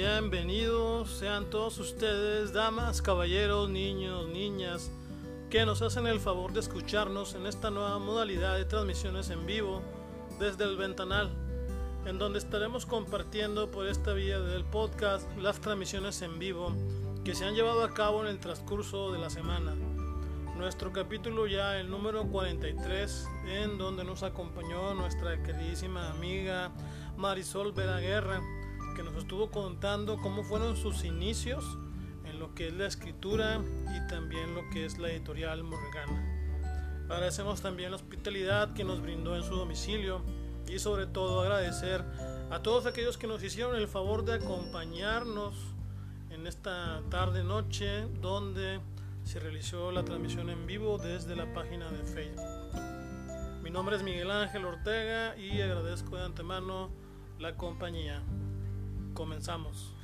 Bienvenidos sean todos ustedes, damas, caballeros, niños, niñas, que nos hacen el favor de escucharnos en esta nueva modalidad de transmisiones en vivo desde el ventanal, en donde estaremos compartiendo por esta vía del podcast las transmisiones en vivo que se han llevado a cabo en el transcurso de la semana. Nuestro capítulo ya el número 43, en donde nos acompañó nuestra queridísima amiga Marisol Vera Guerra, que nos estuvo contando cómo fueron sus inicios en lo que es la escritura y también lo que es la editorial Morgana. Agradecemos también la hospitalidad que nos brindó en su domicilio y sobre todo agradecer a todos aquellos que nos hicieron el favor de acompañarnos en esta tarde noche donde se realizó la transmisión en vivo desde la página de Facebook. Mi nombre es Miguel Ángel Ortega y agradezco de antemano la compañía. Comenzamos.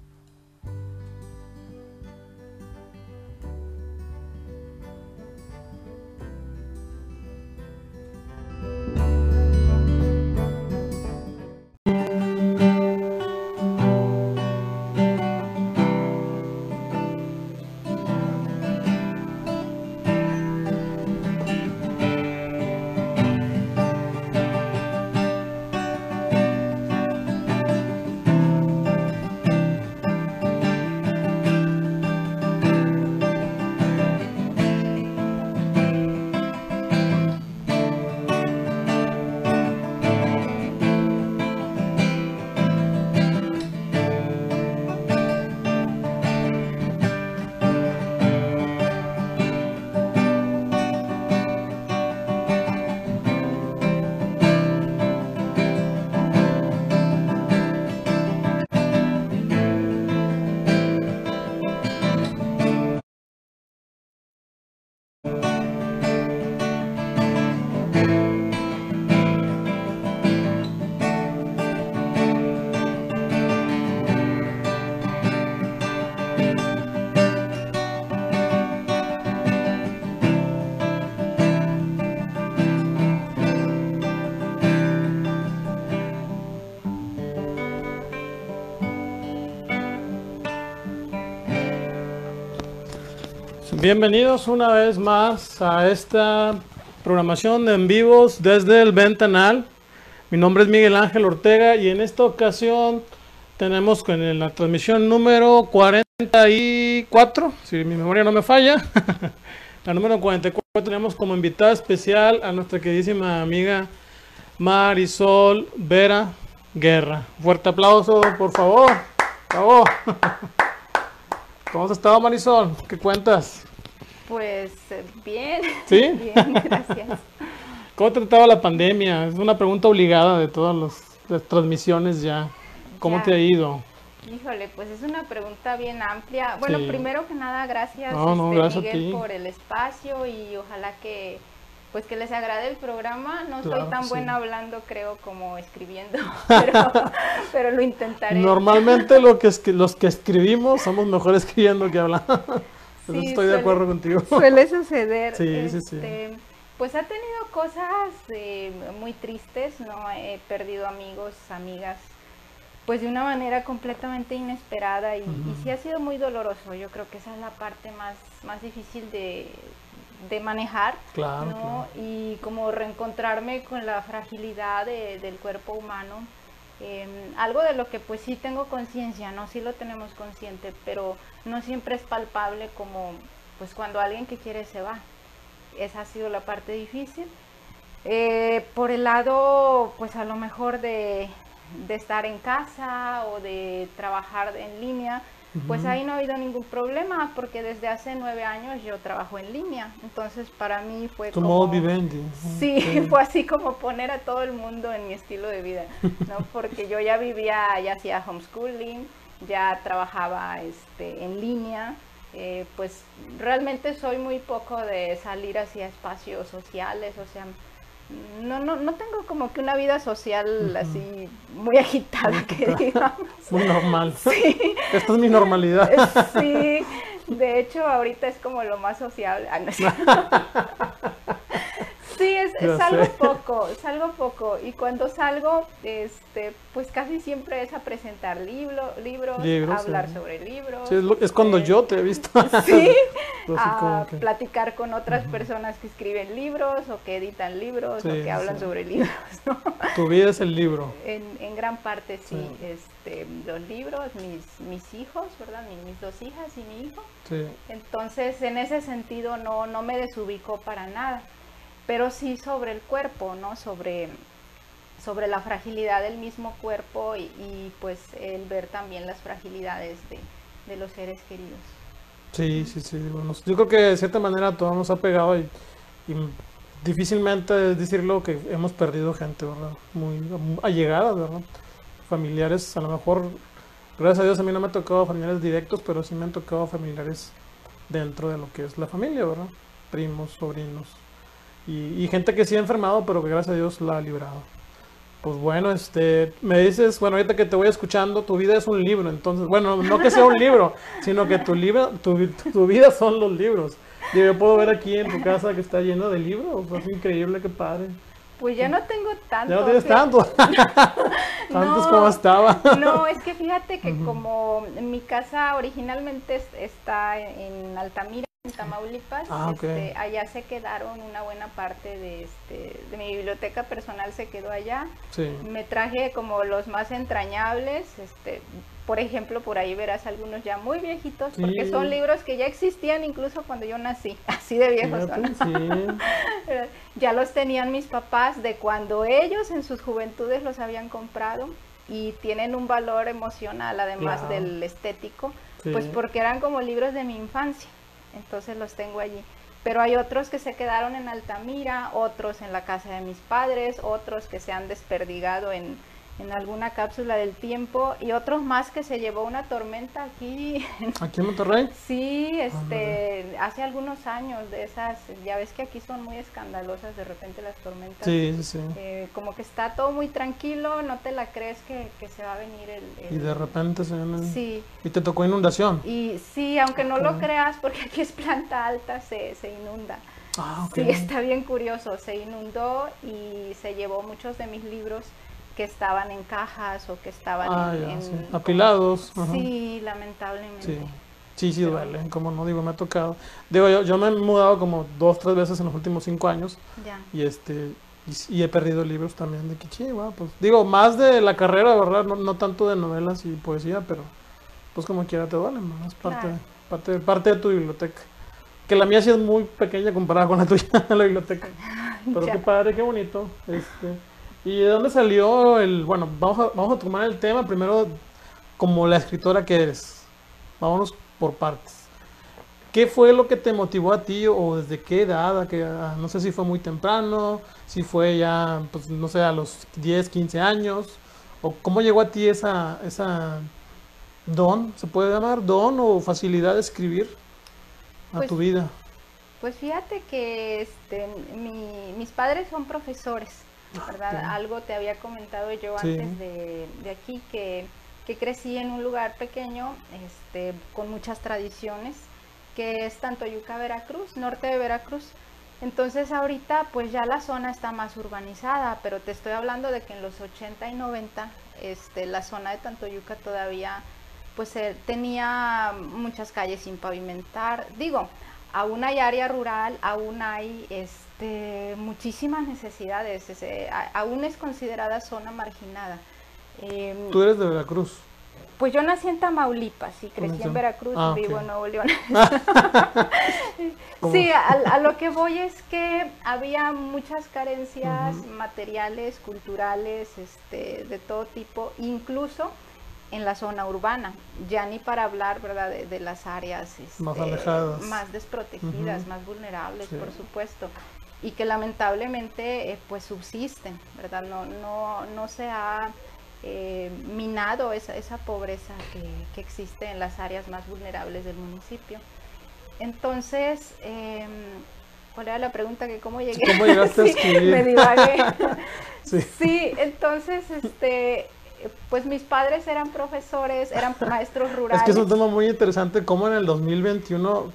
Bienvenidos una vez más a esta programación de en vivos desde el ventanal. Mi nombre es Miguel Ángel Ortega y en esta ocasión tenemos en la transmisión número 44, si mi memoria no me falla, la número 44, tenemos como invitada especial a nuestra queridísima amiga Marisol Vera Guerra. Fuerte aplauso, por favor. Bravo. ¿Cómo has estado, Marisol? ¿Qué cuentas? Pues bien. ¿Sí? Bien, gracias. ¿Cómo te trataba la pandemia? Es una pregunta obligada de todas las transmisiones ya. ¿Cómo Ya. te ha ido? Híjole, pues es una pregunta bien amplia. Bueno, Sí. primero que nada, gracias, Gracias a Miguel, ti. por el espacio y ojalá que que les agrade el programa. No Claro, soy tan sí. buena hablando, creo, como escribiendo, pero lo intentaré. Normalmente los que escribimos somos mejores escribiendo que hablando. Sí, Estoy de acuerdo contigo. Suele suceder. Sí, sí. Pues ha tenido cosas muy tristes, ¿no? He perdido amigos, amigas, pues de una manera completamente inesperada y sí ha sido muy doloroso. Yo creo que esa es la parte más difícil de manejar, Claro, ¿no? claro. Y como reencontrarme con la fragilidad del cuerpo humano. Algo de lo que pues sí tengo conciencia, ¿no? Sí lo tenemos consciente, pero no siempre es palpable como pues cuando alguien que quiere se va. Esa ha sido la parte difícil. Por el lado pues a lo mejor de estar en casa o de trabajar en línea, pues ahí no ha habido ningún problema porque desde hace 9 años yo trabajo en línea. Entonces para mí fue Tu como... modo vivendi. Sí, fue así como poner a todo el mundo en mi estilo de vida, ¿no? Porque yo ya hacía homeschooling, ya trabajaba en línea, pues realmente soy muy poco de salir hacia espacios sociales, o sea, no tengo como que una vida social así muy agitada, que digamos. Muy normal. Sí. Esta es mi normalidad. Sí, de hecho ahorita es como lo más sociable. Ah, no es cierto. Sí, es Ya salgo sé. poco, salgo poco. Y cuando salgo, pues casi siempre es a presentar libros, a Libros, hablar sobre libros, sí, es cuando yo te he visto. sí, Así como a que, platicar con otras ujú, personas que escriben libros o que editan libros o sí, que sí. hablan sobre libros, ¿no? Tu vida es el libro. En gran parte Sí, sí, los libros, mis hijos, ¿verdad? Mis dos hijas y mi hijo. sí. Entonces, en ese sentido no me desubico para nada, pero sí sobre el cuerpo, ¿no? Sobre la fragilidad del mismo cuerpo pues el ver también las fragilidades de los seres queridos. Sí, sí, sí. Bueno, yo creo que de cierta manera todo nos ha pegado y difícilmente es decirlo que hemos perdido gente, ¿verdad? Muy allegada, ¿verdad? Familiares, a lo mejor, gracias a Dios a mí no me ha tocado familiares directos, pero sí me han tocado familiares dentro de lo que es la familia, ¿verdad? Primos, sobrinos y gente que sí ha enfermado, pero que gracias a Dios la ha librado. Pues bueno, me dices, bueno, ahorita que te voy escuchando, tu vida es un libro, entonces, bueno, no que sea un libro, sino que tu vida son los libros. Digo, yo puedo ver aquí en tu casa que está lleno de libros, es increíble, qué padre. Pues ya no tengo Ya no tanto, tienes tanto, antes como no, estaba. no, es que fíjate que Ujú. como mi casa originalmente está en Altamira, en Tamaulipas, Ah, ok, allá se quedaron una buena parte de mi biblioteca personal se quedó allá. sí, Me traje como los más entrañables, por ejemplo, por ahí verás algunos ya muy viejitos, porque son sí, libros que ya existían incluso cuando yo nací, así de viejos son. fíjate, sí, Ya los tenían mis papás de cuando ellos en sus juventudes los habían comprado y tienen un valor emocional además claro, del estético, pues sí. porque eran como libros de mi infancia, entonces los tengo allí. Pero hay otros que se quedaron en Altamira, otros en la casa de mis padres, otros que se han desperdigado en alguna cápsula del tiempo y otros más que se llevó una tormenta aquí. ¿Aquí en Monterrey? Sí, Ándale. hace algunos años de esas, ya ves que aquí son muy escandalosas de repente las tormentas, Sí, sí, sí. como que está todo muy tranquilo, no te la crees que se va a venir Y de repente se vienen... Sí, Y te tocó inundación. y sí, aunque Ah, no lo caray. creas, porque aquí es planta alta, se inunda. Ah, ok. Sí, está bien curioso, se inundó y se llevó muchos de mis libros que estaban en cajas o que estaban Ah, ya, sí. como... Apilados. Ajá. Sí, Sí. lamentablemente, Sí, sí pero duele, como no digo, me ha tocado. Digo, yo me he mudado como 2, 3 veces en los últimos 5 años ya, y y he perdido libros también de que chihuahua, pues digo, más de la carrera, ¿verdad? No tanto de novelas y poesía, pero pues como quiera te duelen, ¿no? Es claro. parte de tu biblioteca. Que la mía sí es muy pequeña comparada con la tuya, la biblioteca. Sí. Pero qué Ya. padre, qué bonito. ¿Y de dónde salió bueno, vamos a tomar el tema primero como la escritora que eres. Vámonos por partes. ¿Qué fue lo que te motivó a ti o desde qué edad? No sé si fue muy temprano, si fue ya, pues no sé, a los 10, 15 años, o cómo llegó a ti esa don, se puede llamar don o facilidad de escribir a Pues, tu vida. pues fíjate que mis padres son profesores, Ok. ¿verdad? Algo te había comentado yo Sí, antes de aquí, que crecí en un lugar pequeño, con muchas tradiciones, que es Tantoyuca, Veracruz, norte de Veracruz. Entonces ahorita pues ya la zona está más urbanizada, pero te estoy hablando de que en los 80 y 90 la zona de Tantoyuca todavía pues tenía muchas calles sin pavimentar. Digo, aún hay área rural, aún hay muchísimas necesidades, aún es considerada zona marginada. Eh, tú eres de Veracruz. pues yo nací en Tamaulipas y crecí en Mención. Veracruz, Ah, ok. vivo en Nuevo León. Como, Sí, a lo que voy es que había muchas carencias ujú, materiales, culturales, de todo tipo, incluso en la zona urbana, ya ni para hablar, ¿verdad?, de las áreas más alejadas. más desprotegidas, Ujú, más vulnerables, sí. por supuesto, y que lamentablemente pues subsisten, ¿verdad? No se ha minado esa pobreza que existe en las áreas más vulnerables del municipio. Entonces, ¿cuál era la pregunta? Que cómo llegué. ¿Cómo llegaste a Sí, me escribir? divagué. Sí. Sí, entonces, pues mis padres eran profesores, eran maestros Es que es un rurales. tema muy interesante, cómo en el 2021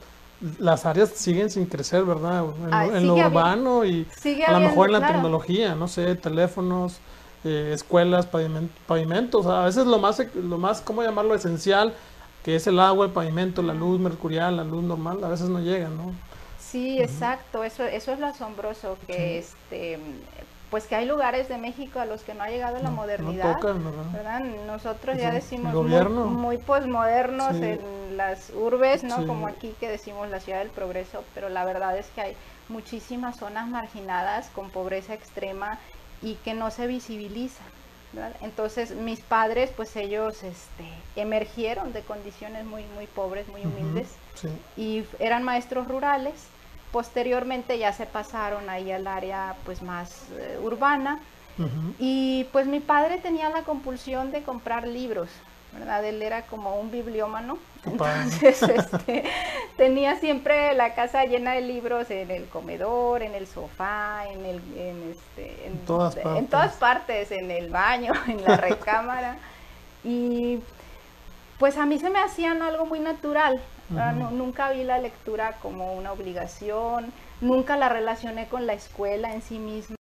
las áreas siguen sin crecer, ¿verdad? En lo Sigue urbano y sigue a lo mejor habiendo, en la claro. tecnología, no sé, teléfonos, escuelas, pavimentos. A veces lo más, ¿cómo llamarlo? Esencial, que es el agua, el pavimento, la luz mercurial, la luz normal, a veces no llegan, ¿no? Sí, exacto, eso es lo asombroso, que Sí. pues que hay lugares de México a los que no ha llegado la No, no modernidad, tocan, ¿verdad? ¿verdad? Nosotros ya Eso, el decimos gobierno, muy posmodernos sí, en las urbes, ¿no? sí, Como aquí que decimos la ciudad del progreso, pero la verdad es que hay muchísimas zonas marginadas con pobreza extrema y que no se visibilizan, ¿verdad? Entonces mis padres, pues ellos emergieron de condiciones muy pobres, muy humildes, sí. y eran maestros rurales. Posteriormente ya se pasaron ahí al área pues más urbana, y pues mi padre tenía la compulsión de comprar libros, ¿verdad? Él era como un bibliómano, entonces tenía siempre la casa llena de libros en el comedor, en el sofá, En todas partes. en todas partes, en el baño, en la recámara, y pues a mí se me hacían algo muy natural. Nunca vi la lectura como una obligación, nunca la relacioné con la escuela en sí misma.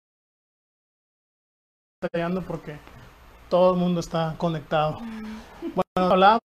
Porque todo el mundo está conectado. Bueno, hablamos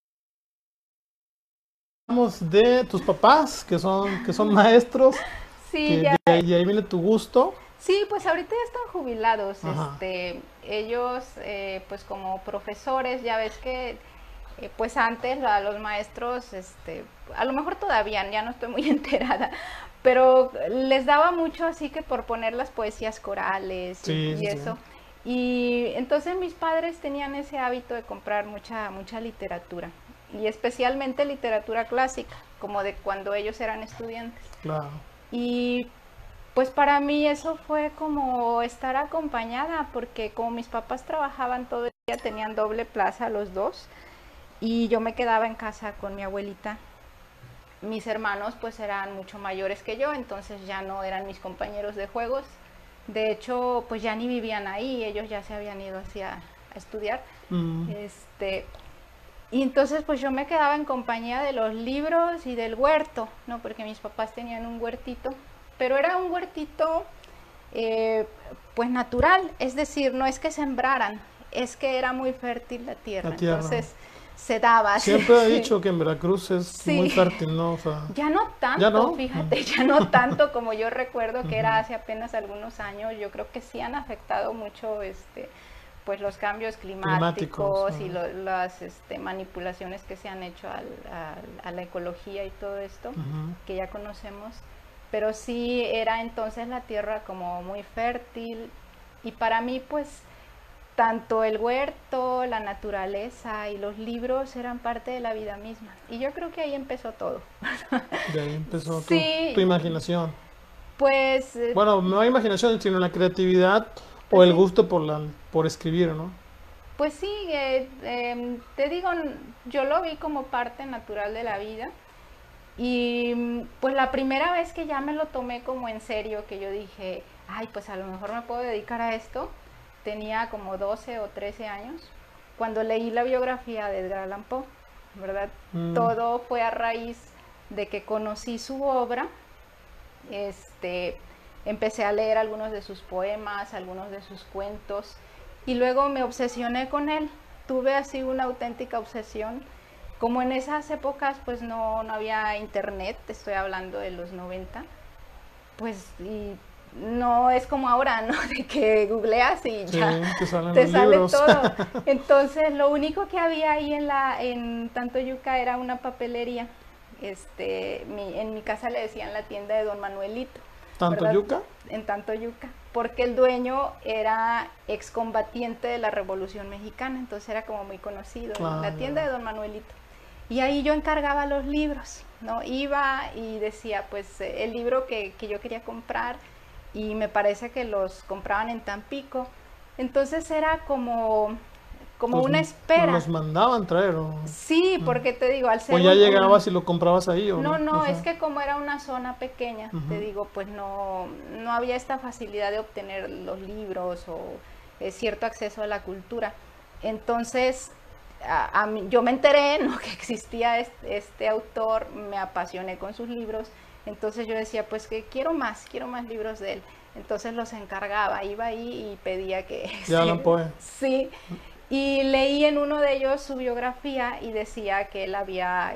de tus papás, que son maestros, Sí, que ya. de ahí viene tu gusto. Sí, pues ahorita ya están jubilados. Ajá. Ellos, pues como profesores, ya ves que pues antes a los maestros, a lo mejor todavía, ya no estoy muy enterada, pero les daba mucho así que por poner las poesías corales y eso. Sí. Y entonces mis padres tenían ese hábito de comprar mucha literatura, y especialmente literatura clásica, como de cuando ellos eran estudiantes. Claro. Y pues para mí eso fue como estar acompañada, porque como mis papás trabajaban todo el día, tenían doble plaza los dos, y yo me quedaba en casa con mi abuelita. Mis hermanos pues eran mucho mayores que yo, entonces ya no eran mis compañeros de juegos. De hecho, pues ya ni vivían ahí, ellos ya se habían ido a estudiar. Y entonces pues yo me quedaba en compañía de los libros y del huerto, ¿no? Porque mis papás tenían un huertito, pero era un huertito pues natural, es decir, no es que sembraran, es que era muy fértil la tierra. Entonces se daba. Siempre he dicho que en Veracruz es muy fértil, ¿no? O sea, ya no tanto, fíjate, ya no tanto como yo recuerdo que era hace apenas algunos años. Yo creo que sí han afectado mucho pues los cambios climáticos y las manipulaciones que se han hecho a la ecología y todo esto que ya conocemos, pero sí era entonces la tierra como muy fértil, y para mí pues tanto el huerto, la naturaleza y los libros eran parte de la vida misma, y yo creo que ahí empezó todo. De ahí empezó tu imaginación. Pues bueno, no hay imaginación, sino la creatividad o el gusto por escribir, ¿no? Pues sí, te digo, yo lo vi como parte natural de la vida, y pues la primera vez que ya me lo tomé como en serio, que yo dije, ay, pues a lo mejor me puedo dedicar a esto, tenía como 12 o 13 años, cuando leí la biografía de Edgar Allan Poe, ¿verdad? Todo fue a raíz de que conocí su obra. Empecé a leer algunos de sus poemas, algunos de sus cuentos, y luego me obsesioné con él. Tuve así una auténtica obsesión. Como en esas épocas pues no había internet, estoy hablando de los 90, pues y no es como ahora, ¿no? De que googleas y ya te sale todo. Entonces lo único que había ahí en Tantoyuca era una papelería. En mi casa le decían la tienda de Don Manuelito. ¿Tantoyuca? En Tantoyuca, porque el dueño era excombatiente de la Revolución Mexicana, entonces era como muy conocido, la tienda de Don Manuelito. Y ahí yo encargaba los libros, ¿no? Iba y decía, pues, el libro que yo quería comprar, y me parece que los compraban en Tampico. Entonces era como una espera. ¿Los mandaban traer? Sí, porque te digo, al ser... ¿O ya llegabas y lo comprabas ahí? ¿O no, es que como era una zona pequeña, te digo, pues no había esta facilidad de obtener los libros o cierto acceso a la cultura. Entonces, yo me enteré, ¿no?, que existía este autor, me apasioné con sus libros, Entonces yo decía, pues que quiero más libros de él. Entonces los encargaba, iba ahí y pedía que... Ya no puede. Sí, y leí en uno de ellos su biografía y decía que él había,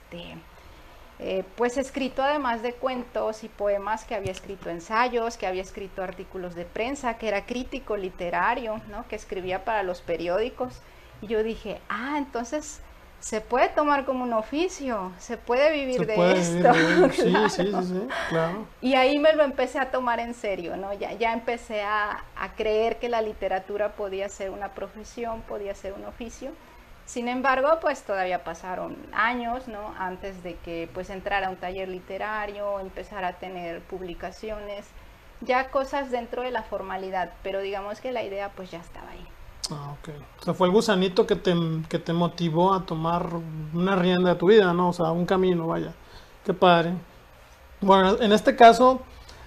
pues escrito además de cuentos y poemas, que había escrito ensayos, que había escrito artículos de prensa, que era crítico literario, ¿no? Que escribía para los periódicos. Y yo dije, entonces se puede tomar como un oficio, se puede vivir de esto. Sí, claro. sí, claro. Y ahí me lo empecé a tomar en serio, ¿no? Ya empecé a creer que la literatura podía ser una profesión, podía ser un oficio. Sin embargo, pues todavía pasaron años, ¿no? Antes de que pues entrara a un taller literario, empezara a tener publicaciones, ya cosas dentro de la formalidad, pero digamos que la idea pues ya estaba ahí. Ok. O sea, fue el gusanito que te motivó a tomar una rienda de tu vida, ¿no? O sea, un camino, vaya. Qué padre. Bueno, en este caso,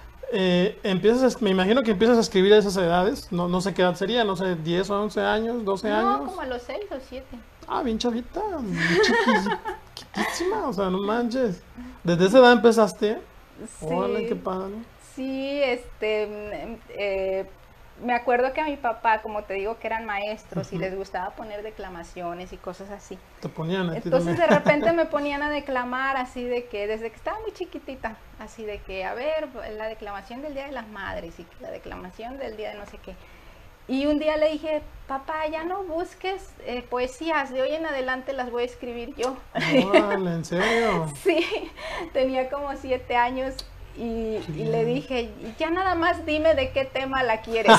me imagino que empiezas a escribir a esas edades. No sé qué edad sería, no sé, 10 o 11 años, 12 años. No, como a los 6 o 7. Bien chavita, bien chiquitísima, o sea, no manches. ¿Desde esa edad empezaste? Sí. Órale, qué padre. Sí, me acuerdo que a mi papá, como te digo, que eran maestros y les gustaba poner declamaciones y cosas así. Te ponían a ti Entonces también. de repente me ponían a declamar así de que, desde que estaba muy chiquitita, así de que, a ver, la declamación del Día de las Madres y la declamación del Día de no sé qué. Y un día le dije, papá, ya no busques poesías, de hoy en adelante las voy a escribir yo. Órale, ¿en serio? Sí, tenía como 7 años. Y le dije, ya nada más dime de qué tema la quieres.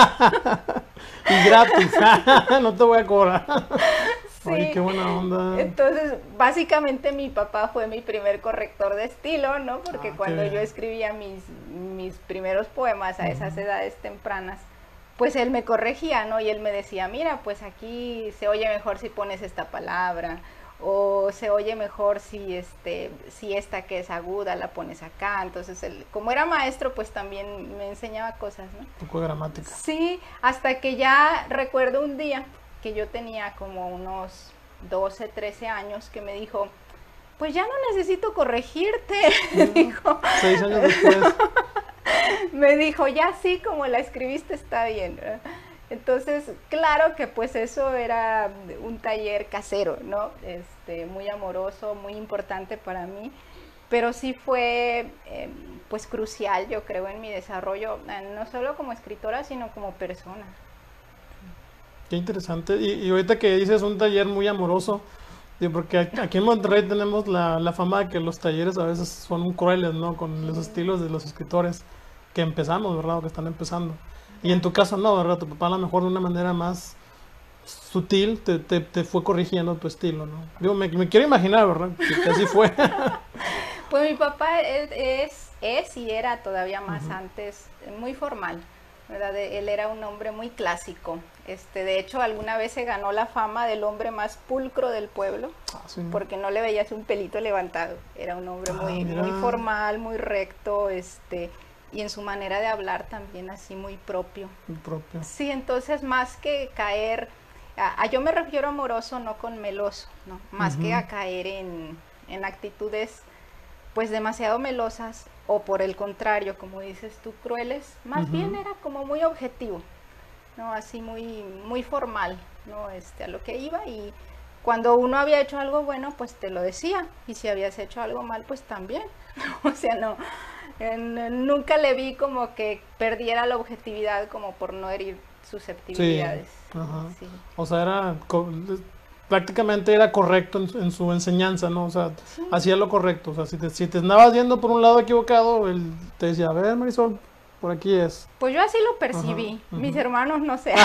Y gratis, no te voy a cobrar. Sí. Ay, qué buena onda. Entonces, básicamente mi papá fue mi primer corrector de estilo, ¿no? Porque cuando yo escribía mis primeros poemas a esas edades tempranas, pues él me corregía, ¿no? Y él me decía, mira, pues aquí se oye mejor si pones esta palabra, o se oye mejor si esta que es aguda la pones acá. Entonces él, como era maestro, pues también me enseñaba cosas, ¿no? Un poco de gramática. Sí, hasta que ya recuerdo un día que yo tenía como unos 12, 13 años, que me dijo, pues ya no necesito corregirte. Dijo, 6 años después. me dijo, ya sí, como la escribiste está bien. Entonces, claro que pues eso era un taller casero, ¿no? Muy amoroso, muy importante para mí, pero sí fue pues crucial, yo creo, en mi desarrollo, no solo como escritora, sino como persona. Qué interesante. Y ahorita que dices un taller muy amoroso, porque aquí en Monterrey tenemos la fama de que los talleres a veces son crueles, ¿no? Con los estilos de los escritores que empezamos, ¿verdad? O que están empezando. Y en tu caso no, ¿verdad? Tu papá a lo mejor de una manera más sutil te fue corrigiendo tu estilo, ¿no? Digo, me quiero imaginar, ¿verdad? Que así fue. Pues mi papá es y era todavía más antes muy formal, ¿verdad? Él era un hombre muy clásico. De hecho, alguna vez se ganó la fama del hombre más pulcro del pueblo, Sí. porque no le veías un pelito levantado. Era un hombre muy formal, muy recto, y en su manera de hablar también así muy propio. Muy propio. Sí, entonces más que caer, yo me refiero a amoroso, no con meloso, ¿no? Más que a caer en actitudes pues demasiado melosas, o por el contrario, como dices tú, crueles, más bien era como muy objetivo, ¿no? Así muy formal, ¿no? A lo que iba, y cuando uno había hecho algo bueno, pues te lo decía, y si habías hecho algo mal, pues también. O sea, no, nunca le vi como que perdiera la objetividad como por no herir susceptibilidades. Sí. Ajá. Sí. O sea, prácticamente era correcto en su enseñanza, ¿no? O sea, hacía lo correcto. O sea, si te andabas yendo por un lado equivocado, él te decía, a ver, Marisol, por aquí es. Pues yo así lo percibí. Mis hermanos no sé.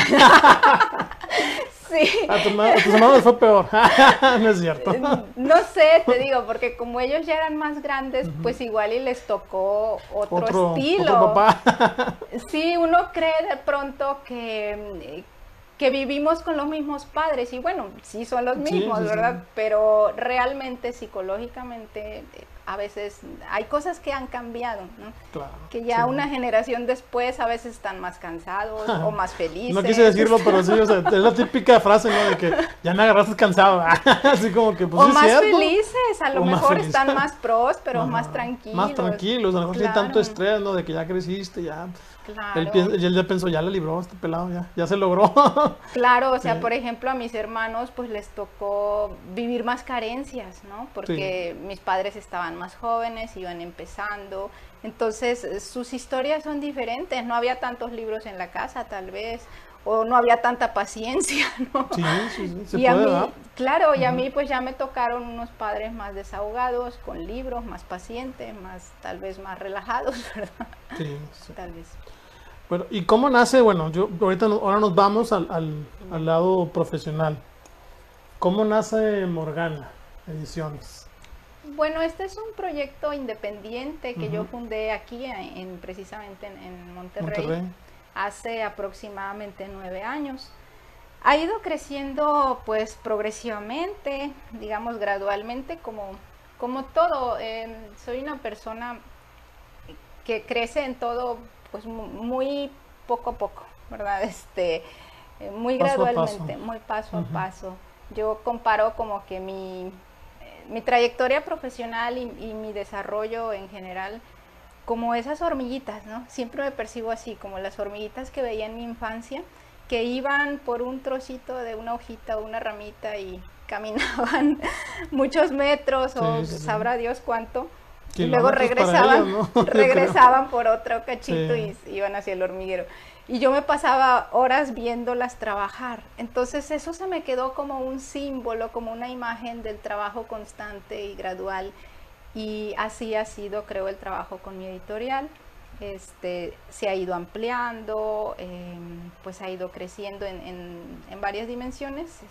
Sí. A tus hermanos les fue peor. No es cierto. No sé, te digo, porque como ellos ya eran más grandes, pues igual y les tocó otro estilo. Otro papá. Sí, uno cree de pronto que vivimos con los mismos padres, y bueno, sí son los mismos, ¿verdad? Sí. Pero realmente, psicológicamente, a veces hay cosas que han cambiado, ¿no? Claro, Que ya sí. una generación después a veces están más cansados o más felices. No quise decirlo, pero sí, o sea, es la típica frase, ¿no? De que ya me agarraste cansado. Así como que, pues O sí es más cierto. felices, a lo O más mejor felices. están más prósperos, Ajá. más tranquilos. Más tranquilos, a lo mejor sin Claro, tanto estrés, ¿no? De que ya creciste, ya. claro. Él ya pensó, ya le libró este pelado, ya se logró. Claro, o sea, Sí. por ejemplo, a mis hermanos pues les tocó vivir más carencias, ¿no? Porque mis padres estaban más jóvenes, iban empezando, entonces sus historias son diferentes, no había tantos libros en la casa tal vez, o no había tanta paciencia, ¿no? Sí, se Y a puede mí, dar. claro, y a mí pues ya me tocaron unos padres más desahogados, con libros, más pacientes, más tal vez más relajados, ¿verdad? Sí, sí. Tal vez. Bueno, ¿y cómo nace? Bueno, ahora nos vamos al lado profesional. ¿Cómo nace Morgana Ediciones? Bueno, este es un proyecto independiente que yo Ujú. fundé aquí, precisamente en Monterrey. hace aproximadamente 9 años. Ha ido creciendo pues progresivamente, digamos gradualmente, como todo. Soy una persona que crece en todo pues muy poco a poco, ¿verdad? Muy Paso a gradualmente, paso. muy paso a Ujú. paso. Yo comparo como que mi trayectoria profesional y mi desarrollo en general como esas hormiguitas, ¿no? Siempre me percibo así, como las hormiguitas que veía en mi infancia, que iban por un trocito de una hojita o una ramita y caminaban muchos metros o Sí, sí, sí. sabrá Dios cuánto. Y luego Kilómetros para regresaban, ellos, ¿no? Yo creo. regresaban por otro cachito Sí. y iban hacia el hormiguero. Y yo me pasaba horas viéndolas trabajar. Entonces eso se me quedó como un símbolo, como una imagen del trabajo constante y gradual. Y así ha sido, creo, el trabajo con mi editorial. Se ha ido ampliando, pues ha ido creciendo en varias dimensiones.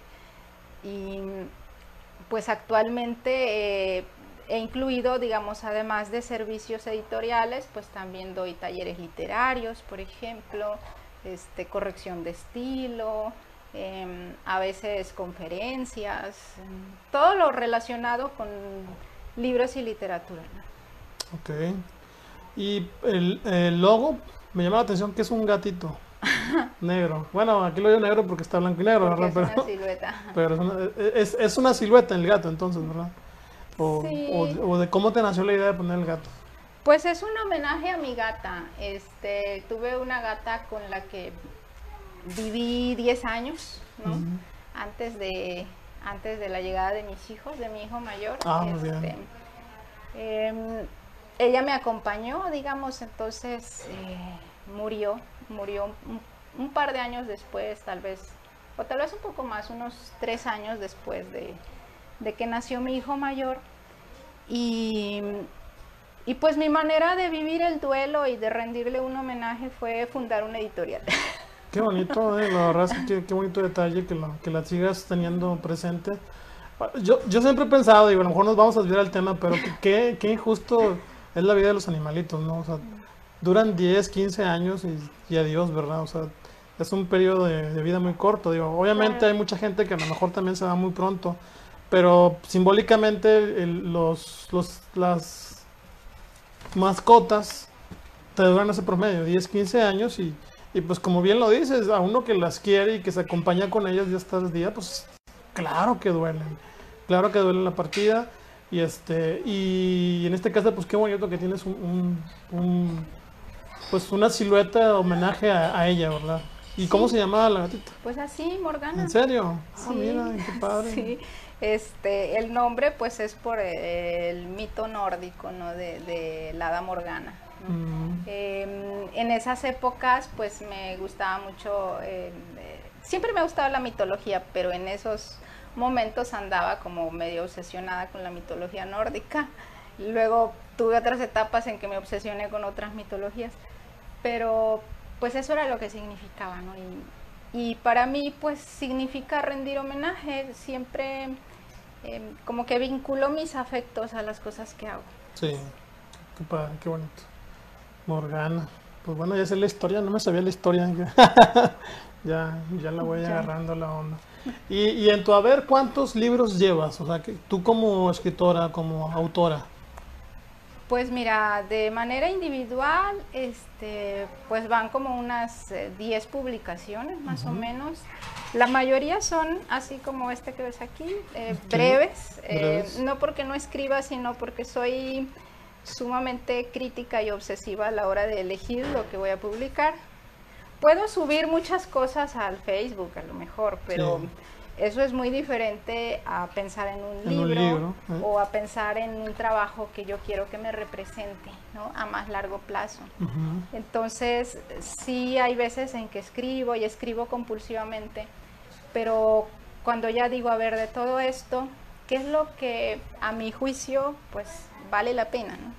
Y pues actualmente he incluido, digamos, además de servicios editoriales, pues también doy talleres literarios, por ejemplo, corrección de estilo, a veces conferencias, todo lo relacionado con libros y literatura, ¿no? Ok. Y el logo me llama la atención que es un gatito negro. Bueno, aquí lo veo negro porque está blanco y negro, Porque ¿verdad? es una silueta. Pero es una silueta el gato, entonces, ¿verdad? Sí, O de cómo te nació la idea de poner el gato. pues es un homenaje a mi gata. Tuve una gata con la que viví 10 años, ¿no? Ujú. Antes de la llegada de mis hijos, de mi hijo mayor. Ah, muy bien. Ella me acompañó, digamos, entonces murió un par de años después, tal vez, o tal vez un poco más, unos 3 años después de que nació mi hijo mayor. Y pues mi manera de vivir el duelo y de rendirle un homenaje fue fundar una editorial. Qué bonito, la verdad es que qué bonito detalle que la sigas teniendo presente. Yo siempre he pensado, digo, a lo mejor nos vamos a desviar al tema, pero qué injusto es la vida de los animalitos, ¿no? O sea, duran 10, 15 años y adiós, ¿verdad? O sea, es un periodo de vida muy corto, digo. Obviamente Claro. hay mucha gente que a lo mejor también se va muy pronto, pero simbólicamente las mascotas te duran ese promedio, 10, 15 años y pues como bien lo dices, a uno que las quiere y que se acompaña con ellas día tras día, pues claro que duelen la partida y en este caso pues qué bonito que tienes pues una silueta de homenaje a ella, ¿verdad? ¿Y cómo Sí, se llamaba la gatita? pues así, Morgana. ¿En serio? Ah, Sí, mira, qué padre. sí. El nombre pues es por el mito nórdico, ¿no? De la hada Morgana, ¿no? En esas épocas pues me gustaba mucho, siempre me ha gustado la mitología, pero en esos momentos andaba como medio obsesionada con la mitología nórdica. Luego tuve otras etapas en que me obsesioné con otras mitologías, pero pues eso era lo que significaba, ¿no? Y para mí pues significa rendir homenaje, siempre como que vinculo mis afectos a las cosas que hago. Sí, qué padre, qué bonito. Morgana. Pues bueno, ya sé la historia, no me sabía la historia. Ya la voy Ya. agarrando la onda. Y en tu haber, ¿cuántos libros llevas? O sea, que tú como escritora, como autora. Pues mira, de manera individual, pues van como unas 10 publicaciones más o menos. La mayoría son así como este que ves aquí, breves, no porque no escriba, sino porque soy sumamente crítica y obsesiva a la hora de elegir lo que voy a publicar. Puedo subir muchas cosas al Facebook a lo mejor, pero eso es muy diferente a pensar en un libro, o a pensar en un trabajo que yo quiero que me represente, ¿no? A más largo plazo. Entonces, sí hay veces en que escribo y escribo compulsivamente, pero cuando ya digo, a ver, de todo esto, ¿qué es lo que a mi juicio pues vale la pena, ¿no?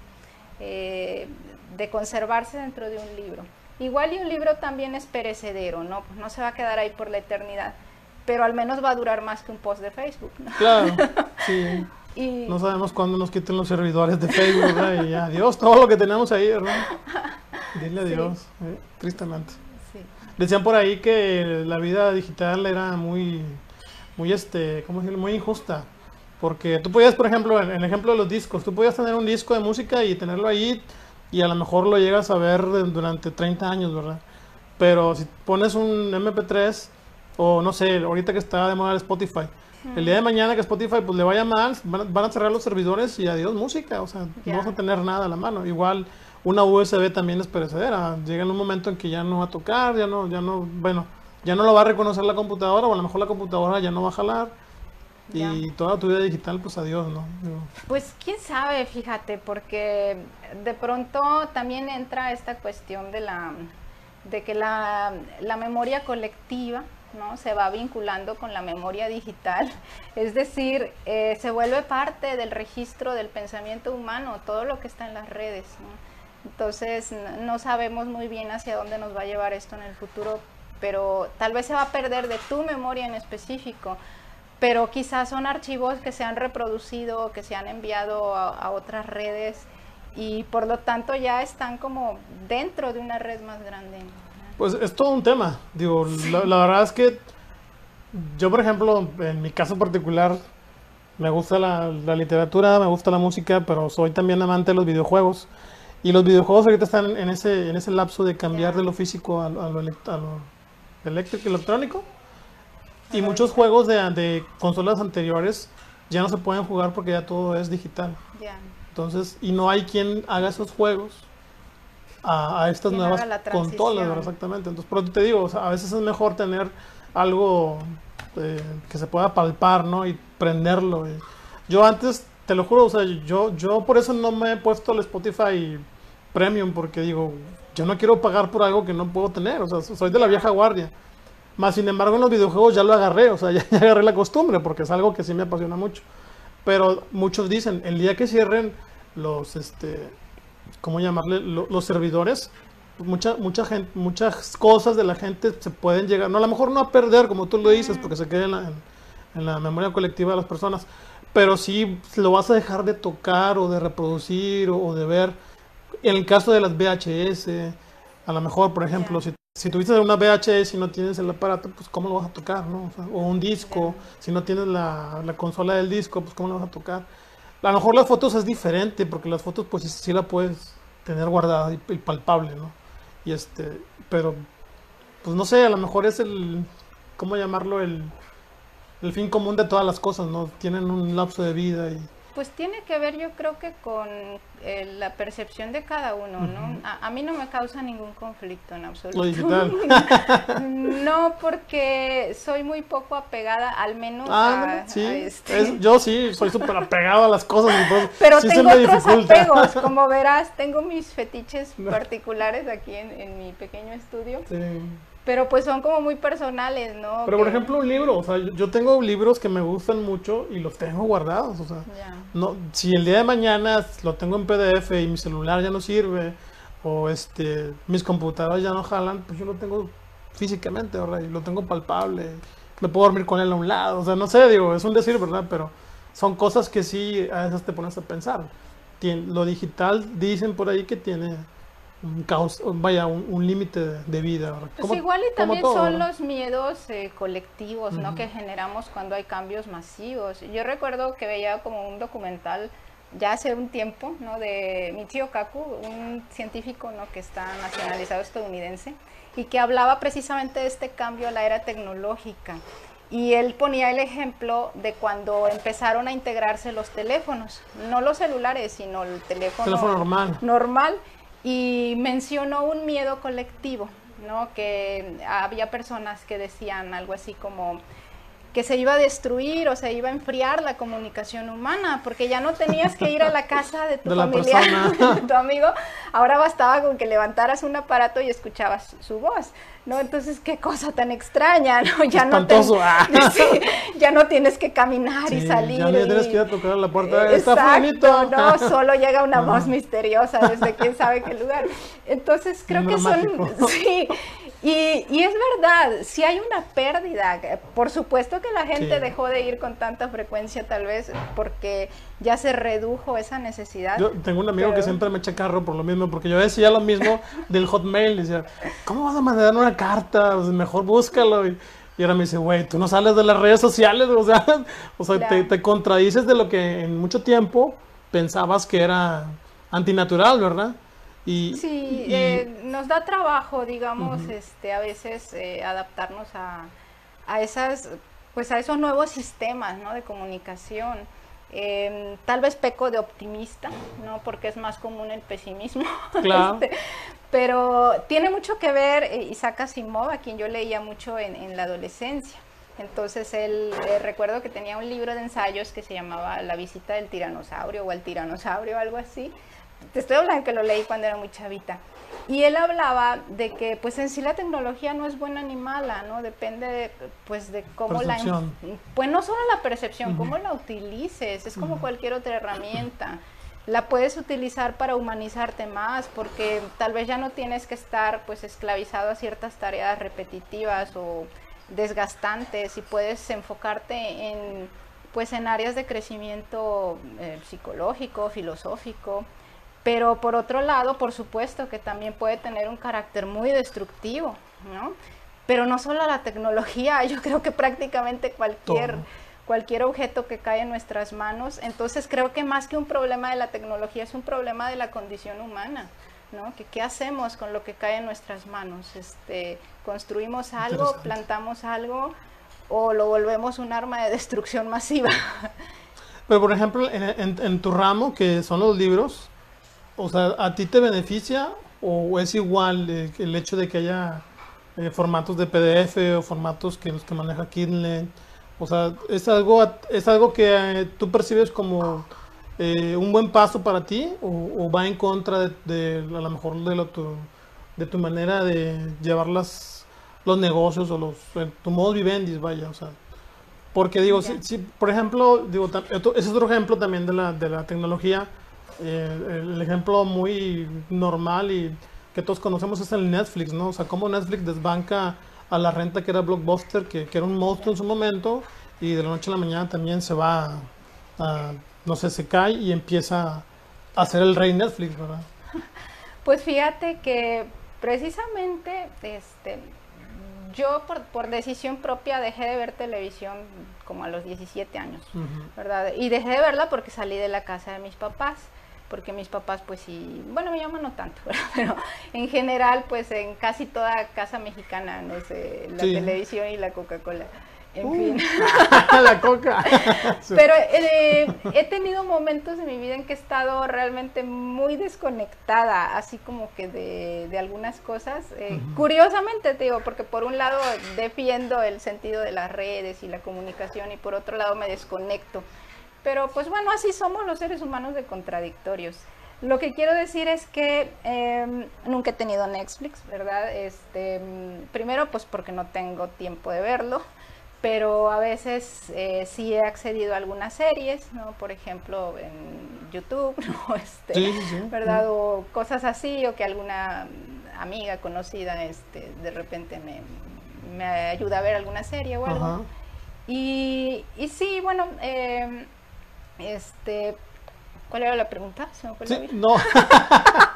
De conservarse dentro de un libro? Igual y un libro también es perecedero, ¿no? Pues no se va a quedar ahí por la eternidad, pero al menos va a durar más que un post de Facebook, ¿no? Claro, sí. Y no sabemos cuándo nos quiten los servidores de Facebook, ¿verdad? Y adiós, todo lo que tenemos ahí, ¿verdad? Dile adiós, tristemente. Sí. Decían por ahí que la vida digital era muy ¿cómo decirlo? Muy injusta. Porque tú podías, por ejemplo, en el ejemplo de los discos, tú podías tener un disco de música y tenerlo ahí y a lo mejor lo llegas a ver durante 30 años, ¿verdad? Pero si pones un MP3 o no sé, ahorita que está de moda el Spotify, el día de mañana que Spotify pues le vaya mal, van a cerrar los servidores y adiós música, o sea, no vas a tener nada a la mano. Igual una USB también es perecedera, llega en un momento en que ya no va a tocar, ya no lo va a reconocer la computadora, o a lo mejor la computadora ya no va a jalar. Y toda tu vida digital, pues adiós, ¿no? Pues quién sabe, fíjate, porque de pronto también entra esta cuestión de que la memoria colectiva, ¿no? Se va vinculando con la memoria digital, es decir, se vuelve parte del registro del pensamiento humano, todo lo que está en las redes, ¿no? Entonces no sabemos muy bien hacia dónde nos va a llevar esto en el futuro, pero tal vez se va a perder de tu memoria en específico, pero quizás son archivos que se han reproducido, que se han enviado a otras redes y por lo tanto ya están como dentro de una red más grande. Pues es todo un tema, digo, la verdad es que yo, por ejemplo, en mi caso particular, me gusta la literatura, me gusta la música, pero soy también amante de los videojuegos. Y los videojuegos ahorita están en ese lapso de cambiar de lo físico a lo electrónico. Y muchos juegos de consolas anteriores ya no se pueden jugar porque ya todo es digital. Entonces, y no hay quien haga esos juegos a estas nuevas consolas, ¿verdad? Exactamente. Entonces, por eso te digo, o sea, a veces es mejor tener algo que se pueda palpar, ¿no? Y prenderlo. Yo antes, te lo juro, o sea, yo por eso no me he puesto el Spotify Premium, porque digo, yo no quiero pagar por algo que no puedo tener, o sea, soy de la vieja guardia. Más sin embargo, en los videojuegos ya lo agarré, o sea, ya agarré la costumbre, porque es algo que sí me apasiona mucho. Pero muchos dicen, el día que cierren los, ¿cómo llamarle? Los servidores, muchas cosas de la gente se pueden llegar, no, a lo mejor no a perder, como tú lo dices, porque se queda en la memoria colectiva de las personas, pero sí lo vas a dejar de tocar o de reproducir o de ver. En el caso de las VHS, a lo mejor, por ejemplo, si tuviste una VHS y no tienes el aparato, pues ¿cómo lo vas a tocar, no? O sea, o un disco, si no tienes la consola del disco, pues ¿cómo lo vas a tocar? A lo mejor las fotos es diferente, porque las fotos pues sí la puedes tener guardada y palpable, ¿no? Y pero, pues no sé, a lo mejor es ¿cómo llamarlo? El fin común de todas las cosas, ¿no? Tienen un lapso de vida y... Pues tiene que ver, yo creo que con la percepción de cada uno, ¿no? A mí no me causa ningún conflicto en absoluto. Lo digital. No, porque soy muy poco apegada, al menos yo sí, soy súper apegado a las cosas. Pero sí tengo otros apegos, como verás, tengo mis fetiches particulares aquí en mi pequeño estudio. Sí. Pero pues son como muy personales, ¿no? Pero por ejemplo un libro, o sea, yo tengo libros que me gustan mucho y los tengo guardados, o sea, no, si el día de mañana lo tengo en PDF y mi celular ya no sirve, o mis computadoras ya no jalan, pues yo lo tengo físicamente, ¿verdad? Y lo tengo palpable, me puedo dormir con él a un lado, o sea, no sé, digo, es un decir, ¿verdad? Pero son cosas que sí a veces te pones a pensar. Lo digital dicen por ahí que tiene... un límite de vida. Pues igual y también son los miedos colectivos, ¿no? Que generamos cuando hay cambios masivos. Yo recuerdo que veía como un documental ya hace un tiempo, ¿no? De Michio Kaku, un científico, ¿no? Que está nacionalizado estadounidense y que hablaba precisamente de este cambio a la era tecnológica. Y él ponía el ejemplo de cuando empezaron a integrarse los teléfonos, no los celulares, sino el teléfono normal. Y mencionó un miedo colectivo, ¿no? Que había personas que decían algo así como que se iba a destruir o se iba a enfriar la comunicación humana, porque ya no tenías que ir a la casa de tu familiar, de tu amigo, ahora bastaba con que levantaras un aparato y escuchabas su voz, ¿no? Entonces, qué cosa tan extraña, ¿no? Ya sí, ya no tienes que caminar y salir. Ya no tienes que ir a tocar la puerta. Exacto, no, solo llega una voz misteriosa desde quién sabe qué lugar. Entonces, creo que sí. Y es verdad, si hay una pérdida, por supuesto que la gente dejó de ir con tanta frecuencia tal vez porque ya se redujo esa necesidad. Yo tengo un amigo que siempre me echa carro por lo mismo, porque yo decía lo mismo del Hotmail, decía, ¿cómo vas a mandar una carta? Pues mejor búscalo. Y ahora me dice, güey, tú no sales de las redes sociales, o sea claro. te contradices de lo que en mucho tiempo pensabas que era antinatural, ¿verdad? Nos da trabajo, digamos, a veces adaptarnos a esos nuevos sistemas, ¿no? De comunicación. Tal vez peco de optimista, ¿no? Porque es más común el pesimismo. Claro. Pero tiene mucho que ver Isaac Asimov, a quien yo leía mucho en la adolescencia. Entonces él, recuerdo que tenía un libro de ensayos que se llamaba La visita del tiranosaurio o el tiranosaurio, algo así. Te estoy hablando que lo leí cuando era muy chavita. Y él hablaba de que pues en sí la tecnología no es buena ni mala, ¿no? Depende de cómo pues no solo la percepción, cómo la utilices, es como cualquier otra herramienta. La puedes utilizar para humanizarte más, porque tal vez ya no tienes que estar pues esclavizado a ciertas tareas repetitivas o desgastantes y puedes enfocarte en áreas de crecimiento psicológico, filosófico. Pero por otro lado, por supuesto que también puede tener un carácter muy destructivo, ¿no? Pero no solo la tecnología, yo creo que prácticamente cualquier objeto que cae en nuestras manos. Entonces creo que más que un problema de la tecnología es un problema de la condición humana, ¿no? ¿Qué hacemos con lo que cae en nuestras manos? ¿Construimos algo, plantamos algo o lo volvemos un arma de destrucción masiva? Pero por ejemplo, en tu ramo, que son los libros, o sea, ¿a ti te beneficia o es igual el hecho de que haya formatos de PDF o formatos que los que maneja Kindle? O sea, ¿es algo que tú percibes como un buen paso para ti o va en contra a lo mejor de tu manera de llevar los negocios o tu modus vivendi, vaya? O sea, porque digo, si, por ejemplo, ese es otro ejemplo también de la tecnología. El ejemplo muy normal y que todos conocemos es el Netflix, ¿no? O sea, cómo Netflix desbanca a la renta que era Blockbuster, que era un monstruo en su momento, y de la noche a la mañana también se va no sé, se cae y empieza a ser el rey Netflix, ¿verdad? Pues fíjate que precisamente yo por decisión propia dejé de ver televisión como a los 17 años, ¿verdad? Y dejé de verla porque salí de la casa de mis papás, porque mis papás pues sí, bueno, mi mamá no tanto, ¿verdad? Pero en general pues en casi toda casa mexicana, no sé, la televisión y la Coca-Cola. En fin. La coca. Pero he tenido momentos en mi vida en que he estado realmente muy desconectada, así como que de algunas cosas. Curiosamente, te digo, porque por un lado defiendo el sentido de las redes y la comunicación y por otro lado me desconecto. Pero pues bueno, así somos los seres humanos de contradictorios. Lo que quiero decir es que nunca he tenido Netflix, ¿verdad? Primero pues porque no tengo tiempo de verlo. Pero a veces sí he accedido a algunas series, ¿no? Por ejemplo, en YouTube, ¿no? ¿Verdad? O cosas así, o que alguna amiga conocida de repente me ayuda a ver alguna serie o algo. Y sí, bueno, ¿cuál era la pregunta? ¿Se me fue la vida? No.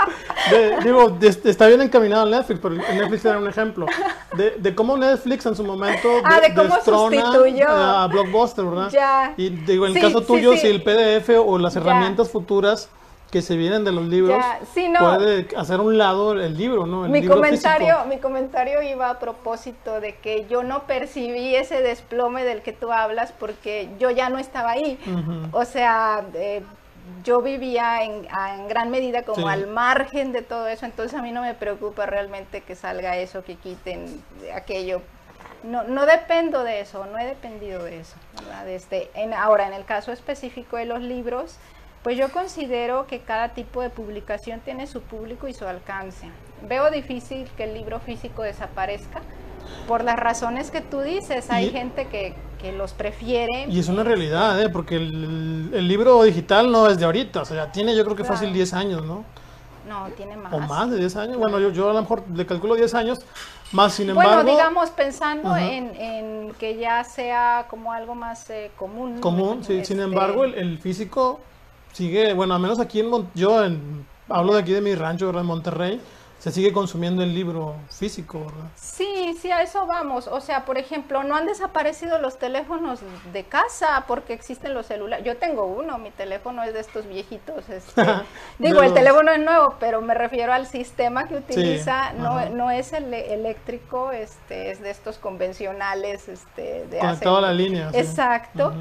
Está bien encaminado Netflix, pero Netflix era un ejemplo de cómo Netflix en su momento de cómo sustituyó a Blockbuster, ¿verdad? Ya. Y digo, en el caso tuyo, si el PDF o las herramientas futuras que se vienen de los libros, puede hacer a un lado el libro, ¿no? Mi comentario iba a propósito de que yo no percibí ese desplome del que tú hablas porque yo ya no estaba ahí. O sea, yo vivía en gran medida como al margen de todo eso, entonces a mí no me preocupa realmente que salga eso, que quiten aquello. No dependo de eso, no he dependido de eso, ¿verdad? Ahora, en el caso específico de los libros, pues yo considero que cada tipo de publicación tiene su público y su alcance. Veo difícil que el libro físico desaparezca por las razones que tú dices. Hay gente que los prefiere. Y es una realidad, porque el libro digital no es de ahorita, o sea, tiene yo creo que fácil 10 años, ¿no? No, tiene más. O más de 10 años. Bueno, yo a lo mejor le calculo 10 años, más sin embargo... Bueno, digamos, pensando en que ya sea como algo más común. Común, sí. Sin embargo, el físico sigue, bueno, al menos aquí hablo de aquí de mi rancho, ¿verdad? En Monterrey, se sigue consumiendo el libro físico, ¿verdad? Sí, a eso vamos. O sea, por ejemplo, no han desaparecido los teléfonos de casa porque existen los celulares. Yo tengo uno, mi teléfono es de estos viejitos. El teléfono es nuevo, pero me refiero al sistema que utiliza. No es el eléctrico, es de estos convencionales. Conectado a la línea. Exacto.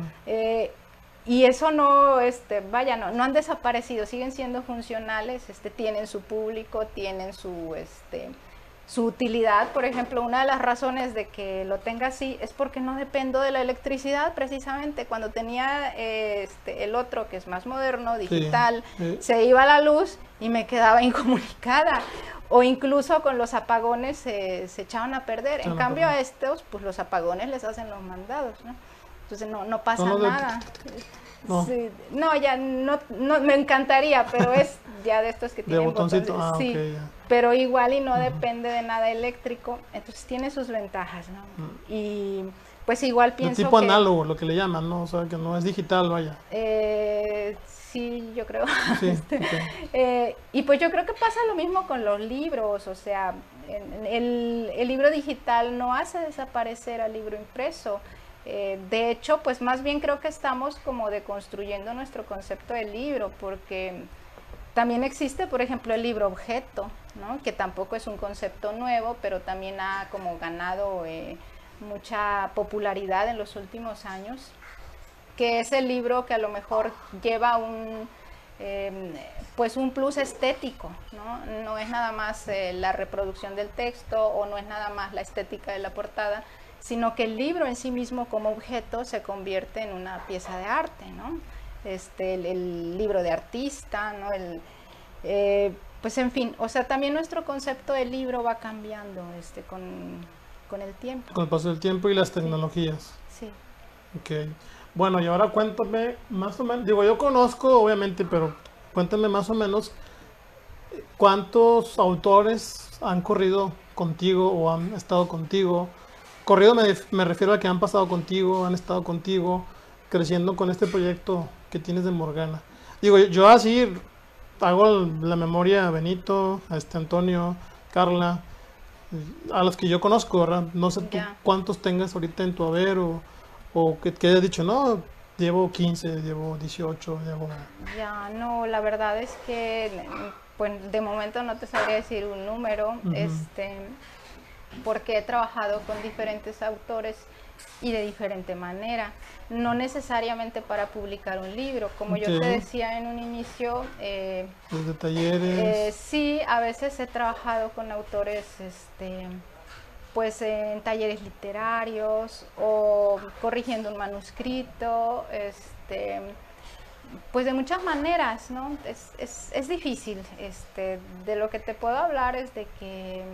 Y eso no han desaparecido, siguen siendo funcionales, tienen su público, tienen su utilidad. Por ejemplo, una de las razones de que lo tenga así es porque no dependo de la electricidad, precisamente. Cuando tenía el otro, que es más moderno, digital, se iba la luz y me quedaba incomunicada. O incluso con los apagones se echaban a perder. En cambio a estos, pues los apagones les hacen los mandados, ¿no? Entonces no pasa nada. No, me encantaría, pero es ya de estos que tienen botoncito. Okay, pero igual y no depende de nada eléctrico, entonces tiene sus ventajas, ¿no? Y pues igual pienso de tipo análogo, lo que le llaman, ¿no? O sea, que no es digital, vaya. Sí, yo creo. Y pues yo creo que pasa lo mismo con los libros, o sea, el libro digital no hace desaparecer al libro impreso. De hecho, pues más bien creo que estamos como deconstruyendo nuestro concepto de libro, porque también existe, por ejemplo, el libro objeto, ¿no? Que tampoco es un concepto nuevo, pero también ha como ganado mucha popularidad en los últimos años, que es el libro que a lo mejor lleva pues un plus estético, ¿no? No es nada más la reproducción del texto o no es nada más la estética de la portada, sino que el libro en sí mismo como objeto se convierte en una pieza de arte, ¿no? El libro de artista, ¿no? Pues en fin, o sea, también nuestro concepto de libro va cambiando con el tiempo. Con el paso del tiempo y las tecnologías. Sí. Ok. Bueno, y ahora cuéntame más o menos, digo, yo conozco obviamente, pero cuéntame más o menos cuántos autores han corrido contigo o han estado contigo. Corrido me refiero a que han pasado contigo, han estado contigo, creciendo con este proyecto que tienes de Morgana. Digo, yo así hago la memoria a Benito, a Antonio, Carla, a los que yo conozco, ¿verdad? No sé tú cuántos tengas ahorita en tu haber o que hayas dicho, no, llevo 15, llevo 18, llevo... Ya, no, la verdad es que pues de momento no te sabría decir un número, porque he trabajado con diferentes autores y de diferente manera, no necesariamente para publicar un libro, como yo te decía en un inicio. ¿Desde talleres? Sí, a veces he trabajado con autores pues en talleres literarios o corrigiendo un manuscrito, pues de muchas maneras, ¿no? Es difícil. De lo que te puedo hablar es de que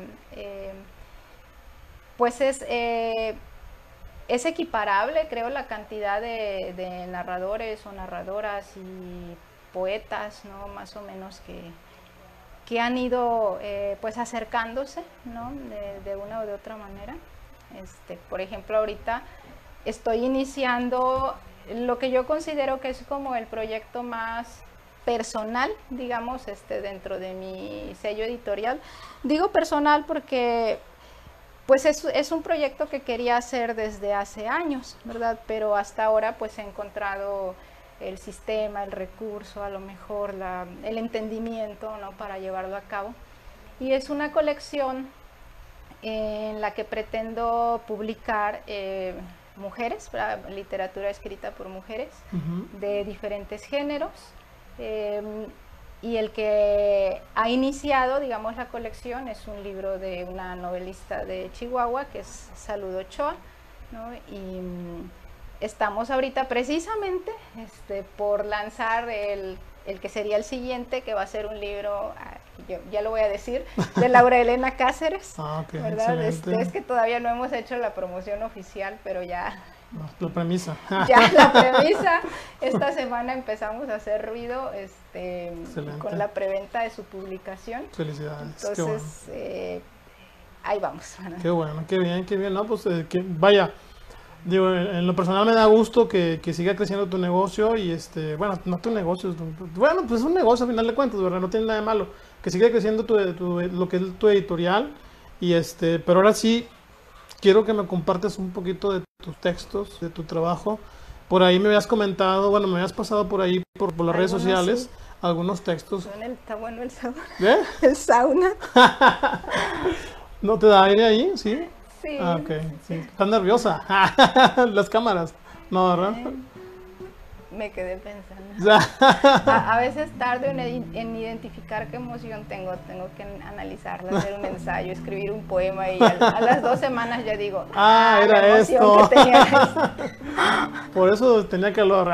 pues es equiparable, creo, la cantidad de narradores o narradoras y poetas, ¿no? Más o menos que han ido pues acercándose, ¿no? De una o de otra manera. Por ejemplo, ahorita estoy iniciando lo que yo considero que es como el proyecto más personal, digamos, dentro de mi sello editorial. Digo personal porque pues es un proyecto que quería hacer desde hace años, ¿verdad? Pero hasta ahora pues he encontrado el sistema, el recurso, a lo mejor el entendimiento, ¿no? Para llevarlo a cabo. Y es una colección en la que pretendo publicar mujeres, literatura escrita por mujeres de diferentes géneros. Y el que ha iniciado, digamos, la colección es un libro de una novelista de Chihuahua, que es Salud Ochoa, ¿no? Y estamos ahorita precisamente por lanzar el que sería el siguiente, que va a ser un libro, yo ya lo voy a decir, de Laura Elena Cáceres, ¿verdad? Es que todavía no hemos hecho la promoción oficial, pero ya... La premisa. Ya la premisa. Esta semana empezamos a hacer ruido con la preventa de su publicación. Felicidades. Entonces, ahí vamos. Qué bueno, qué bien. No, pues vaya, digo, en lo personal me da gusto que siga creciendo tu negocio y bueno, no tu negocio, bueno, pues es un negocio al final de cuentas, ¿verdad? No tiene nada de malo. Que siga creciendo lo que es tu editorial y pero ahora sí quiero que me compartas un poquito de tus textos, de tu trabajo. Por ahí me habías comentado, bueno, me habías pasado por ahí, por las redes sociales, sí, algunos textos. Está bueno el sauna. ¿Eh? El sauna. ¿No te da aire ahí? ¿Sí? Sí. Ah, ok. Sí. ¿Estás nerviosa? Las cámaras. No, ¿verdad? Me quedé pensando. A veces tardo en identificar qué emoción tengo que analizarla, hacer un ensayo, escribir un poema y a las 2 semanas ya digo, era la esto. Que tenía Por eso tenía calor.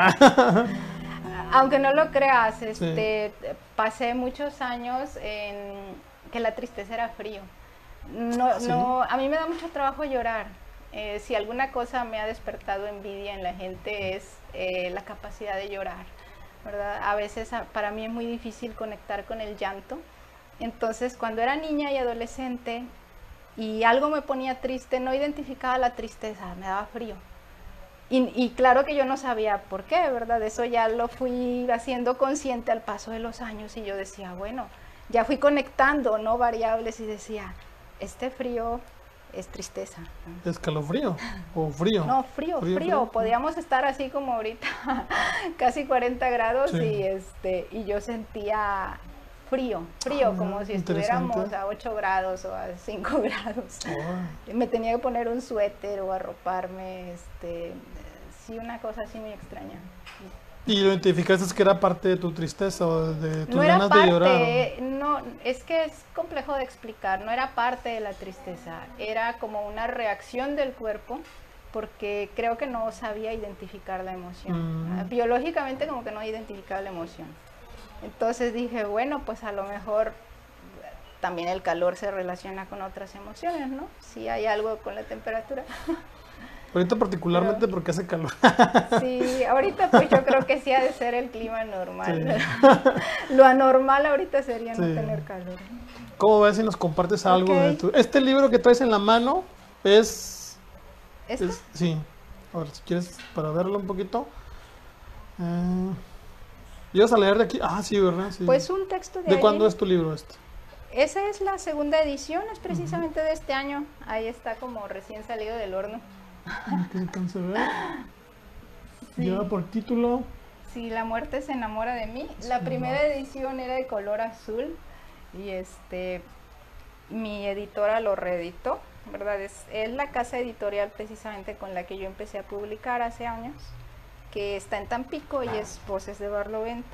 Aunque no lo creas, Sí. Pasé muchos años en que la tristeza era frío. ¿Sí? A mí me da mucho trabajo llorar. Si alguna cosa me ha despertado envidia en la gente es la capacidad de llorar, ¿verdad? A veces para mí es muy difícil conectar con el llanto. Entonces, cuando era niña y adolescente y algo me ponía triste, no identificaba la tristeza, me daba frío. Y claro que yo no sabía por qué, ¿verdad? Eso ya lo fui haciendo consciente al paso de los años y yo decía, bueno, ya fui conectando, ¿no? Variables y decía, este frío es tristeza. ¿Escalofrío o frío? No, frío. Podíamos estar así como ahorita, casi 40 grados, sí. y yo sentía frío, como si estuviéramos a 8 grados o a 5 grados. Me tenía que poner un suéter o arroparme, sí, una cosa así muy extraña. ¿Y lo identificaste que era parte de tu tristeza o de tus no era ganas parte, de llorar? No, es que es complejo de explicar, no era parte de la tristeza, era como una reacción del cuerpo, porque creo que no sabía identificar la emoción. Biológicamente como que no identificaba la emoción. Entonces dije, bueno, pues a lo mejor también el calor se relaciona con otras emociones, ¿no? Si hay algo con la temperatura. Ahorita particularmente porque hace calor. Sí, ahorita pues yo creo que sí ha de ser el clima normal. Sí. Lo anormal ahorita sería no tener calor. ¿Cómo ves si nos compartes algo de tu... Este libro que traes en la mano es... ¿Este? Sí. A ver, si quieres para verlo un poquito. ¿Ibas a leer de aquí? Ah, sí, ¿verdad? Sí. Pues un texto de ¿De cuándo es tu libro este? Esa es la segunda edición, es precisamente de este año. Ahí está como recién salido del horno. ¿Qué alcanza a ver? Sí. Lleva por título... Sí, La muerte se enamora de mí. La primera edición era de color azul y mi editora lo reeditó, ¿verdad? Es la casa editorial precisamente con la que yo empecé a publicar hace años, que está en Tampico y es Voces de Barlovento.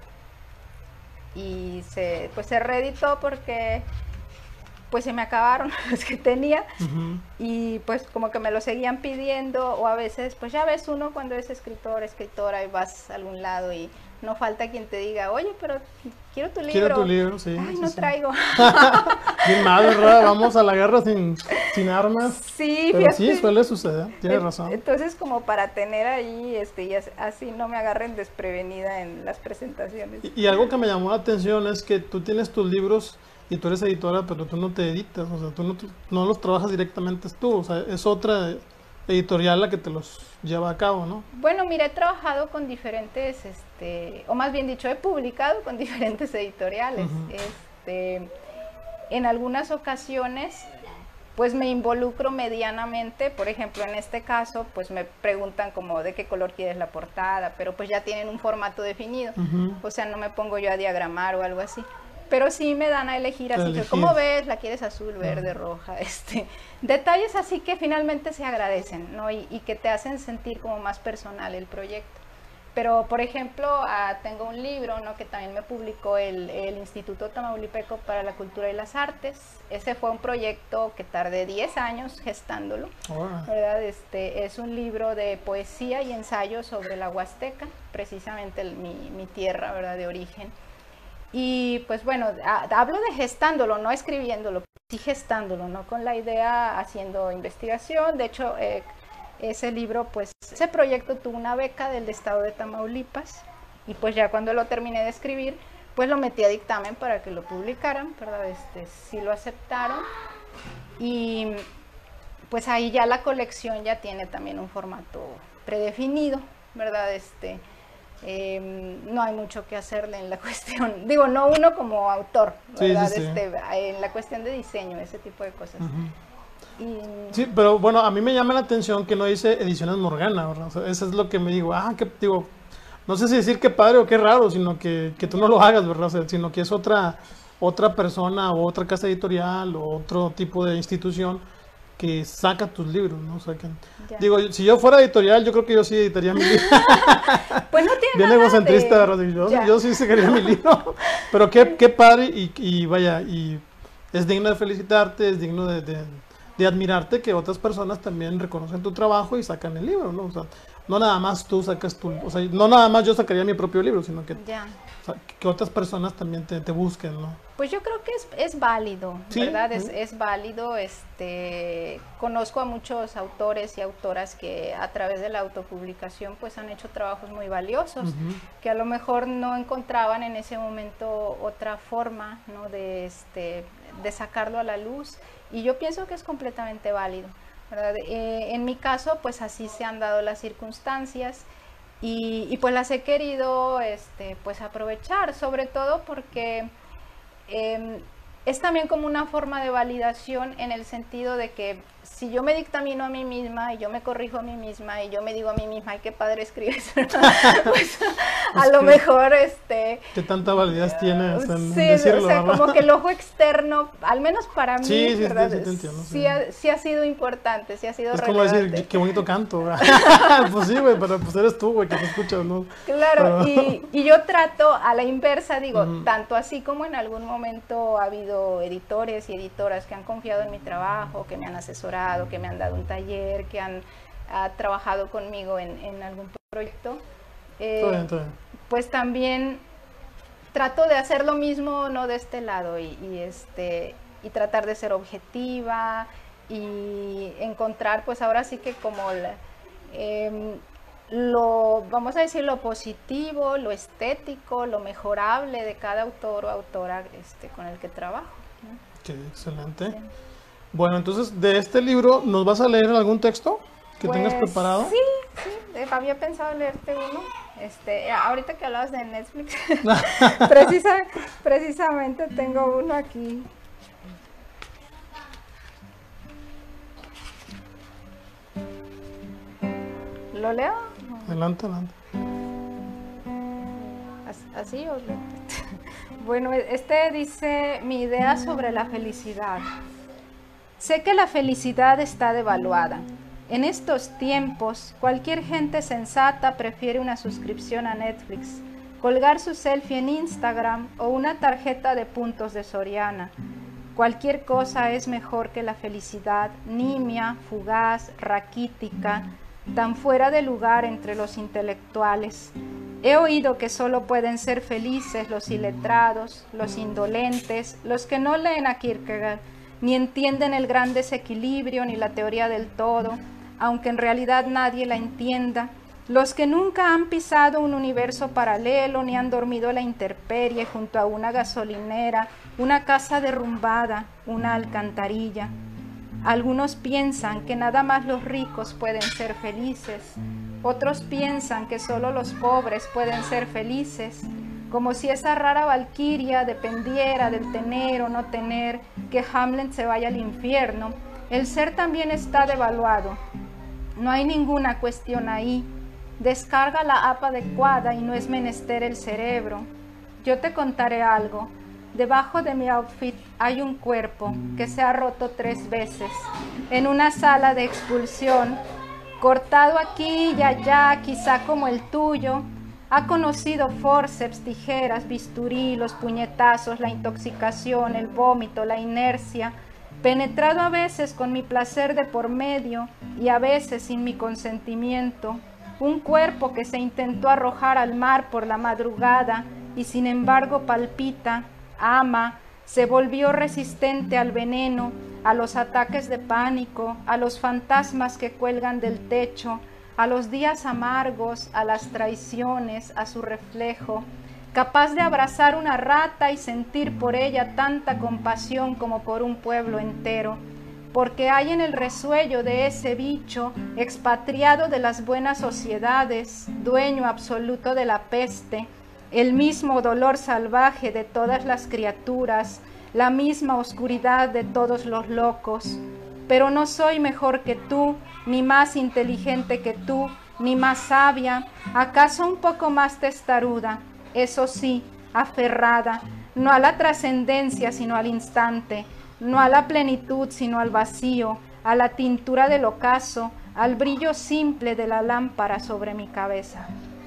Y se reeditó porque pues se me acabaron los que tenía y pues como que me lo seguían pidiendo, o a veces pues ya ves uno cuando es escritora y vas a algún lado y no falta quien te diga, oye, pero quiero tu libro. Quiero tu libro, sí. Ay, sí, no sí. traigo. Bien mal, ¿verdad? Vamos a la guerra sin armas. Sí, pero fíjate. Sí, suele suceder, tienes razón. Entonces como para tener ahí, y así no me agarren desprevenida en las presentaciones. Y algo que me llamó la atención es que tú tienes tus libros y tú eres editora, pero tú no te editas, o sea, tú no los trabajas directamente tú, o sea, es otra editorial la que te los lleva a cabo, ¿no? Bueno, mira, he trabajado con diferentes o más bien dicho, he publicado con diferentes editoriales. En algunas ocasiones pues me involucro medianamente, por ejemplo en este caso pues me preguntan como de qué color quieres la portada, pero pues ya tienen un formato definido, o sea, no me pongo yo a diagramar o algo así, pero sí me dan a elegir así que, ¿cómo ves? ¿La quieres azul, verde, roja? Detalles así que finalmente se agradecen, ¿no? Y que te hacen sentir como más personal el proyecto. Pero, por ejemplo, tengo un libro, ¿no?, que también me publicó el Instituto Tamaulipeco para la Cultura y las Artes. Ese fue un proyecto que tardé 10 años gestándolo, ¿verdad? Es un libro de poesía y ensayo sobre la Huasteca, precisamente mi tierra, ¿verdad?, de origen. Y pues bueno, hablo de gestándolo, no escribiéndolo, sí gestándolo, ¿no?, con la idea, haciendo investigación. De hecho, ese libro, pues, ese proyecto tuvo una beca del estado de Tamaulipas, y pues ya cuando lo terminé de escribir, pues lo metí a dictamen para que lo publicaran, ¿verdad? Sí lo aceptaron, y pues ahí ya la colección ya tiene también un formato predefinido, ¿verdad? No hay mucho que hacerle en la cuestión, digo, no uno como autor, ¿verdad? Sí. En la cuestión de diseño, ese tipo de cosas. Sí, pero bueno, a mí me llama la atención que no dice Ediciones Morgana, ¿verdad? O sea, eso es lo que me digo, no sé si decir qué padre o qué raro, sino que tú no lo hagas, ¿verdad? O sea, sino que es otra persona o otra casa editorial o otro tipo de institución que saca tus libros, ¿no? O sea, digo, si yo fuera editorial, yo creo que yo sí editaría mi libro. Pues no tiene bien nada egocentrista, ¿verdad? Yo sí sacaría mi libro, pero qué padre y vaya, y es digno de felicitarte, es digno de admirarte que otras personas también reconocen tu trabajo y sacan el libro, ¿no? O sea, no nada más tú sacas o sea, no nada más yo sacaría mi propio libro, sino que, o sea, que otras personas también te busquen, ¿no? Pues yo creo que es válido, ¿verdad? Es válido. Conozco a muchos autores y autoras que a través de la autopublicación pues han hecho trabajos muy valiosos, que a lo mejor no encontraban en ese momento otra forma, ¿no?, de sacarlo a la luz, y yo pienso que es completamente válido, ¿verdad? En mi caso pues así se han dado las circunstancias, y pues las he querido pues aprovechar, sobre todo porque es también como una forma de validación, en el sentido de que si yo me dictamino a mí misma y yo me corrijo a mí misma y yo me digo a mí misma, ay, qué padre escribes, pues a lo mejor ¿qué tanta validez tienes en sí, decirlo? O sea, ¿verdad? como que el ojo externo, al menos para mí, ¿verdad? Sí, te entiendo, sí ha sido importante, sí ha sido Es relevante. como decir, qué bonito canto. Pues sí, güey, pero pues eres tú, güey, que te escuchas, ¿no? Claro, y yo trato a la inversa, digo, tanto así como en algún momento ha habido editores y editoras que han confiado en mi trabajo, que me han asesorado, que me han dado un taller, que han trabajado conmigo en algún proyecto. Todo bien. Pues también trato de hacer lo mismo, ¿no?, de este lado, y tratar de ser objetiva y encontrar, pues ahora sí que como vamos a decir, lo positivo, lo estético, lo mejorable de cada autor o autora con el que trabajo, ¿no? Qué excelente. Sí. Bueno, entonces, de este libro, ¿nos vas a leer algún texto que tengas preparado? Sí, había pensado leerte uno. Ahorita que hablabas de Netflix, precisamente tengo uno aquí. ¿Lo leo? Adelante. ¿Así o leo? Bueno, dice: mi idea sobre la felicidad. Sé que la felicidad está devaluada. En estos tiempos, cualquier gente sensata prefiere una suscripción a Netflix, colgar su selfie en Instagram o una tarjeta de puntos de Soriana. Cualquier cosa es mejor que la felicidad nimia, fugaz, raquítica, tan fuera de lugar entre los intelectuales. He oído que solo pueden ser felices los iletrados, los indolentes, los que no leen a Kierkegaard, ni entienden el gran desequilibrio ni la teoría del todo, aunque en realidad nadie la entienda, los que nunca han pisado un universo paralelo ni han dormido a la intemperie junto a una gasolinera, una casa derrumbada, una alcantarilla. Algunos piensan que nada más los ricos pueden ser felices, otros piensan que solo los pobres pueden ser felices, como si esa rara valquiria dependiera del tener o no tener, que Hamlet se vaya al infierno. El ser también está devaluado, no hay ninguna cuestión ahí. Descarga la app adecuada y no es menester el cerebro. Yo te contaré algo. Debajo de mi outfit hay un cuerpo que se ha roto 3 veces en una sala de expulsión, cortado aquí y allá, quizá como el tuyo. Ha conocido forceps, tijeras, bisturí, los puñetazos, la intoxicación, el vómito, la inercia, penetrado a veces con mi placer de por medio y a veces sin mi consentimiento. Un cuerpo que se intentó arrojar al mar por la madrugada y sin embargo palpita, ama, se volvió resistente al veneno, a los ataques de pánico, a los fantasmas que cuelgan del techo, a los días amargos, a las traiciones, a su reflejo, capaz de abrazar una rata y sentir por ella tanta compasión como por un pueblo entero, porque hay en el resuello de ese bicho, expatriado de las buenas sociedades, dueño absoluto de la peste, el mismo dolor salvaje de todas las criaturas, la misma oscuridad de todos los locos. Pero no soy mejor que tú, ni más inteligente que tú, ni más sabia, acaso un poco más testaruda, eso sí, aferrada, no a la trascendencia sino al instante, no a la plenitud sino al vacío, a la tintura del ocaso, al brillo simple de la lámpara sobre mi cabeza.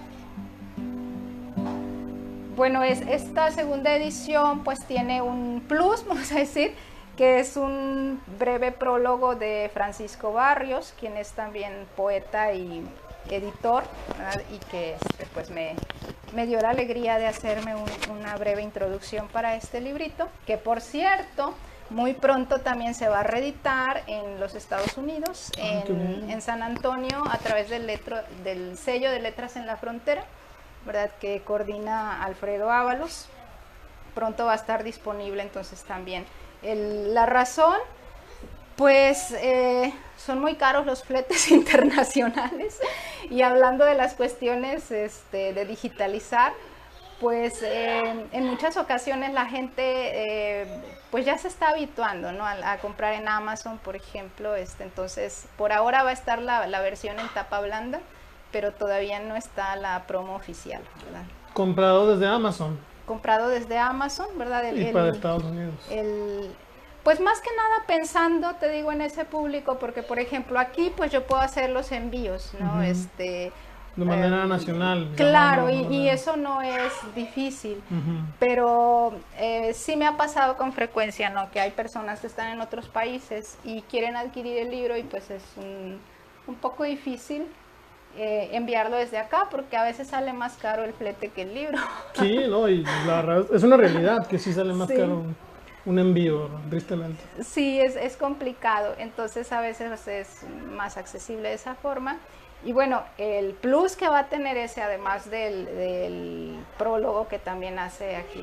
Bueno, esta segunda edición pues tiene un plus, vamos a decir, que es un breve prólogo de Francisco Barrios, quien es también poeta y editor, ¿verdad? Y que pues me dio la alegría de hacerme una breve introducción para este librito, que por cierto, muy pronto también se va a reeditar en los Estados Unidos, en San Antonio, a través del sello de Letras en la Frontera, ¿verdad? Que coordina Alfredo Ábalos. Pronto va a estar disponible entonces también. La razón, pues son muy caros los fletes internacionales, y hablando de las cuestiones de digitalizar, pues en muchas ocasiones la gente pues ya se está habituando, ¿no? a comprar en Amazon, por ejemplo. Entonces por ahora va a estar la versión en tapa blanda, pero todavía no está la promo oficial, ¿verdad? Comprado desde Amazon. Comprado desde Amazon, ¿verdad? Y para Estados Unidos. Pues más que nada pensando, te digo, en ese público, porque por ejemplo aquí pues yo puedo hacer los envíos, ¿no? De manera nacional. Claro, y eso no es difícil, pero sí me ha pasado con frecuencia, ¿no? Que hay personas que están en otros países y quieren adquirir el libro, y pues es un poco difícil enviarlo desde acá, porque a veces sale más caro el flete que el libro. Sí, no, y la verdad es una realidad que sí sale más caro un envío, tristemente. Sí, es complicado, entonces a veces es más accesible de esa forma. Y bueno, el plus que va a tener ese, además del prólogo que también hace aquí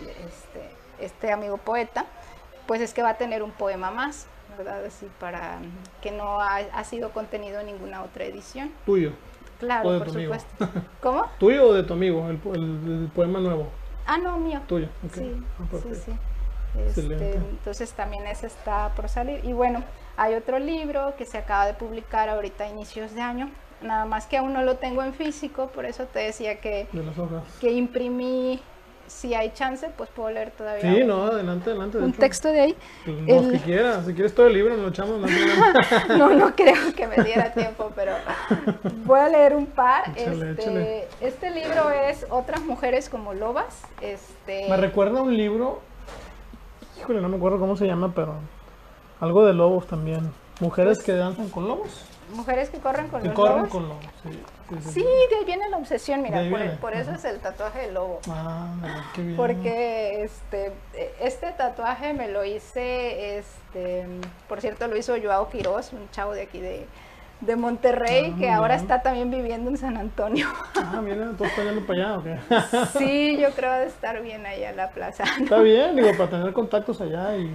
este amigo poeta, pues es que va a tener un poema más, ¿verdad? Así, para que no ha sido contenido en ninguna otra edición. ¿Tuyo? Claro, por supuesto. ¿Cómo? ¿Tuyo o de tu amigo, el poema nuevo? Ah, no, mío. Tuyo, okay. Sí. Entonces también ese está por salir. Y bueno, hay otro libro que se acaba de publicar ahorita a inicios de año, nada más que aún no lo tengo en físico, por eso te decía que imprimí. Si hay chance, pues puedo leer todavía. Sí, no, adelante. Un texto de ahí. No, si quieras, si quieres todo el libro, nos lo echamos. No creo que me diera tiempo, pero voy a leer un par. Échale. Este libro es Otras mujeres como lobas. Me recuerda a un libro, híjole, no me acuerdo cómo se llama, pero algo de lobos también. Mujeres que danzan con lobos. Mujeres que corren con los lobos. Que corren con lobos, sí. Sí, de ahí viene la obsesión, mira, por eso es el tatuaje del lobo. Qué bien. Porque este tatuaje me lo hice, por cierto, lo hizo Joao Quiroz, un chavo de aquí de Monterrey, que ahora está también viviendo en San Antonio. Mira, ¿tú estás yendo para allá o qué? Sí, yo creo de estar bien allá en la plaza. Está bien, digo, para tener contactos allá y...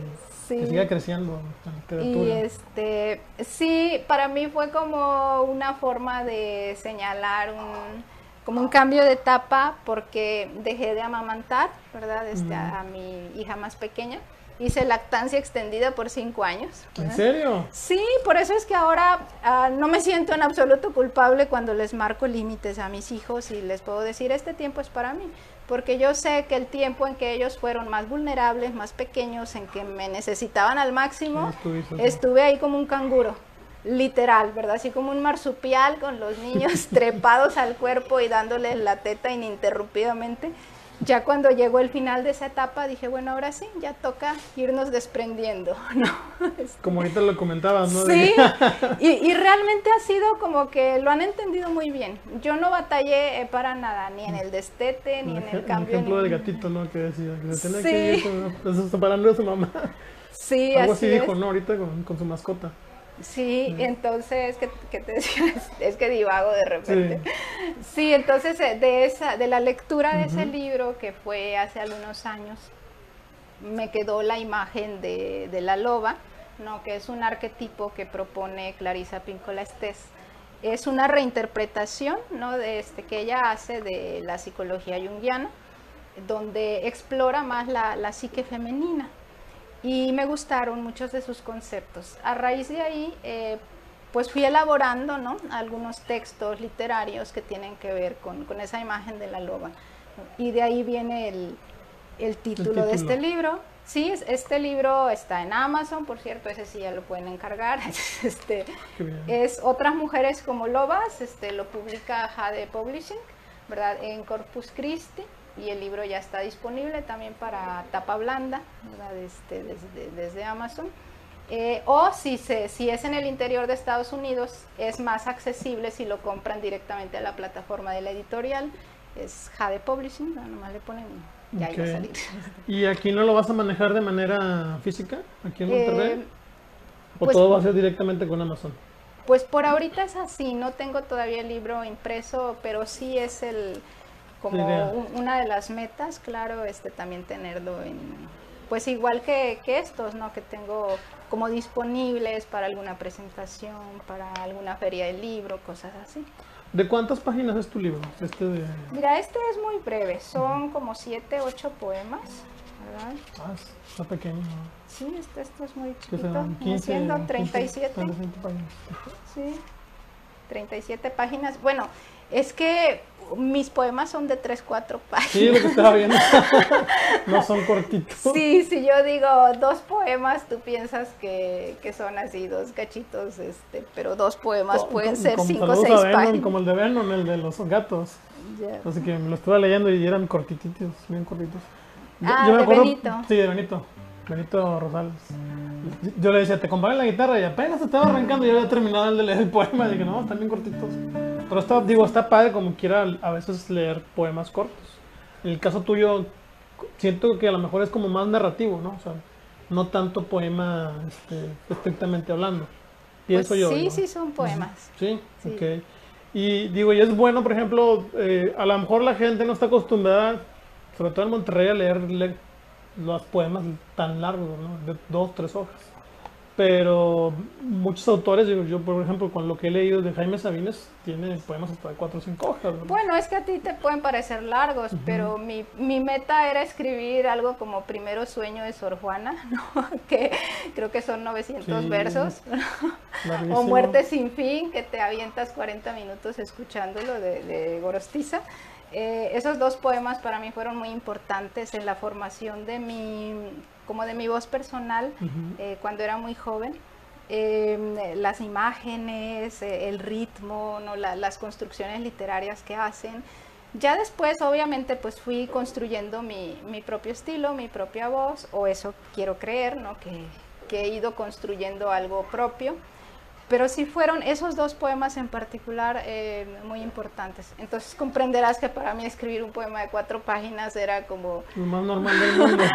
Sí. Que siga creciendo la literatura. Y sí, para mí fue como una forma de señalar como un cambio de etapa, porque dejé de amamantar, ¿verdad? A mi hija más pequeña. Hice lactancia extendida por 5 años. ¿verdad? ¿En serio? Sí, por eso es que ahora no me siento en absoluto culpable cuando les marco límites a mis hijos y les puedo decir, este tiempo es para mí. Porque yo sé que el tiempo en que ellos fueron más vulnerables, más pequeños, en que me necesitaban al máximo, estuve ahí como un canguro, literal, ¿verdad? Así como un marsupial con los niños trepados al cuerpo y dándoles la teta ininterrumpidamente. Ya cuando llegó el final de esa etapa dije, bueno, ahora sí, ya toca irnos desprendiendo, ¿no? Como ahorita lo comentabas, ¿no? Sí, y realmente ha sido como que lo han entendido muy bien. Yo no batallé para nada, ni en el destete, ni en el cambio. El ejemplo del gatito, ¿no? Que decía, que se tenía que ir separando de su mamá. Sí, algo así dijo, ¿no? Ahorita con su mascota. Sí, entonces, ¿qué te decía? Es que divago de repente. Sí, entonces de la lectura de ese libro, que fue hace algunos años, me quedó la imagen de la loba, ¿no? Que es un arquetipo que propone Clarissa Pinkola Estés. Es una reinterpretación, ¿no? Que ella hace de la psicología junguiana, donde explora más la psique femenina. Y me gustaron muchos de sus conceptos. A raíz de ahí, pues fui elaborando, ¿no? Algunos textos literarios que tienen que ver con esa imagen de la loba. Y de ahí viene el título de este libro. Sí, este libro está en Amazon, por cierto, ese sí ya lo pueden encargar. Es Otras mujeres como lobas, lo publica Jade Publishing, ¿verdad? En Corpus Christi. Y el libro ya está disponible también para tapa blanda, ¿verdad? Desde Amazon. O si es en el interior de Estados Unidos, es más accesible si lo compran directamente a la plataforma de la editorial. Es Jade Publishing, ¿no? Nomás le ponen y ya iba a salir. ¿Y aquí no lo vas a manejar de manera física, aquí en Monterrey? ¿O pues, todo va a ser directamente con Amazon? Pues por ahorita es así, no tengo todavía el libro impreso, pero sí es como una de las metas, claro, también tenerlo pues igual que estos, ¿no? Que tengo como disponibles para alguna presentación, para alguna feria del libro, cosas así. ¿De cuántas páginas es tu libro? Mira, es muy breve, son como 7, 8 poemas, ¿verdad? Está pequeño, ¿no? Sí, esto es muy chiquito. Son 15, 37. 37 páginas. Sí, 37 páginas. Bueno, es que mis poemas son de 3, 4 páginas. Sí, lo que estaba viendo. No son cortitos. Sí, si yo digo 2 poemas, tú piensas que son así, 2 cachitos, pero 2 poemas pueden ser 5 o 6 páginas. Como el de Venom, el de los gatos. Así que me lo estuve leyendo y eran cortititos, bien cortitos. Yo me acuerdo, Benito. Sí, de Benito Rosales. Yo le decía, te compré la guitarra y apenas estaba arrancando y ya había terminado el de leer el poema. Y dije, no, están bien cortitos. Pero está padre como quiera a veces leer poemas cortos. En el caso tuyo, siento que a lo mejor es como más narrativo, ¿no? O sea, no tanto poema estrictamente hablando. Pienso pues yo. Sí, ¿no? Sí, son poemas. Sí, ok. Y es bueno, por ejemplo, a lo mejor la gente no está acostumbrada, sobre todo en Monterrey, a leer los poemas tan largos, ¿no? De 2, 3 hojas. Pero muchos autores, yo por ejemplo, con lo que he leído de Jaime Sabines, tiene poemas hasta de 4 o 5 hojas, ¿verdad? Bueno, es que a ti te pueden parecer largos, pero mi meta era escribir algo como Primero Sueño de Sor Juana, ¿no? Que creo que son 900 versos. O Muerte sin fin, que te avientas 40 minutos escuchándolo, de Gorostiza. Esos 2 poemas para mí fueron muy importantes en la formación de mi voz personal cuando era muy joven. Las imágenes, el ritmo, ¿no? Las construcciones literarias que hacen. Ya después, obviamente, pues fui construyendo mi propio estilo, mi propia voz, o eso quiero creer, ¿no? Que he ido construyendo algo propio. Pero sí fueron esos 2 poemas en particular muy importantes. Entonces comprenderás que para mí escribir un poema de 4 páginas era como lo más normal del mundo.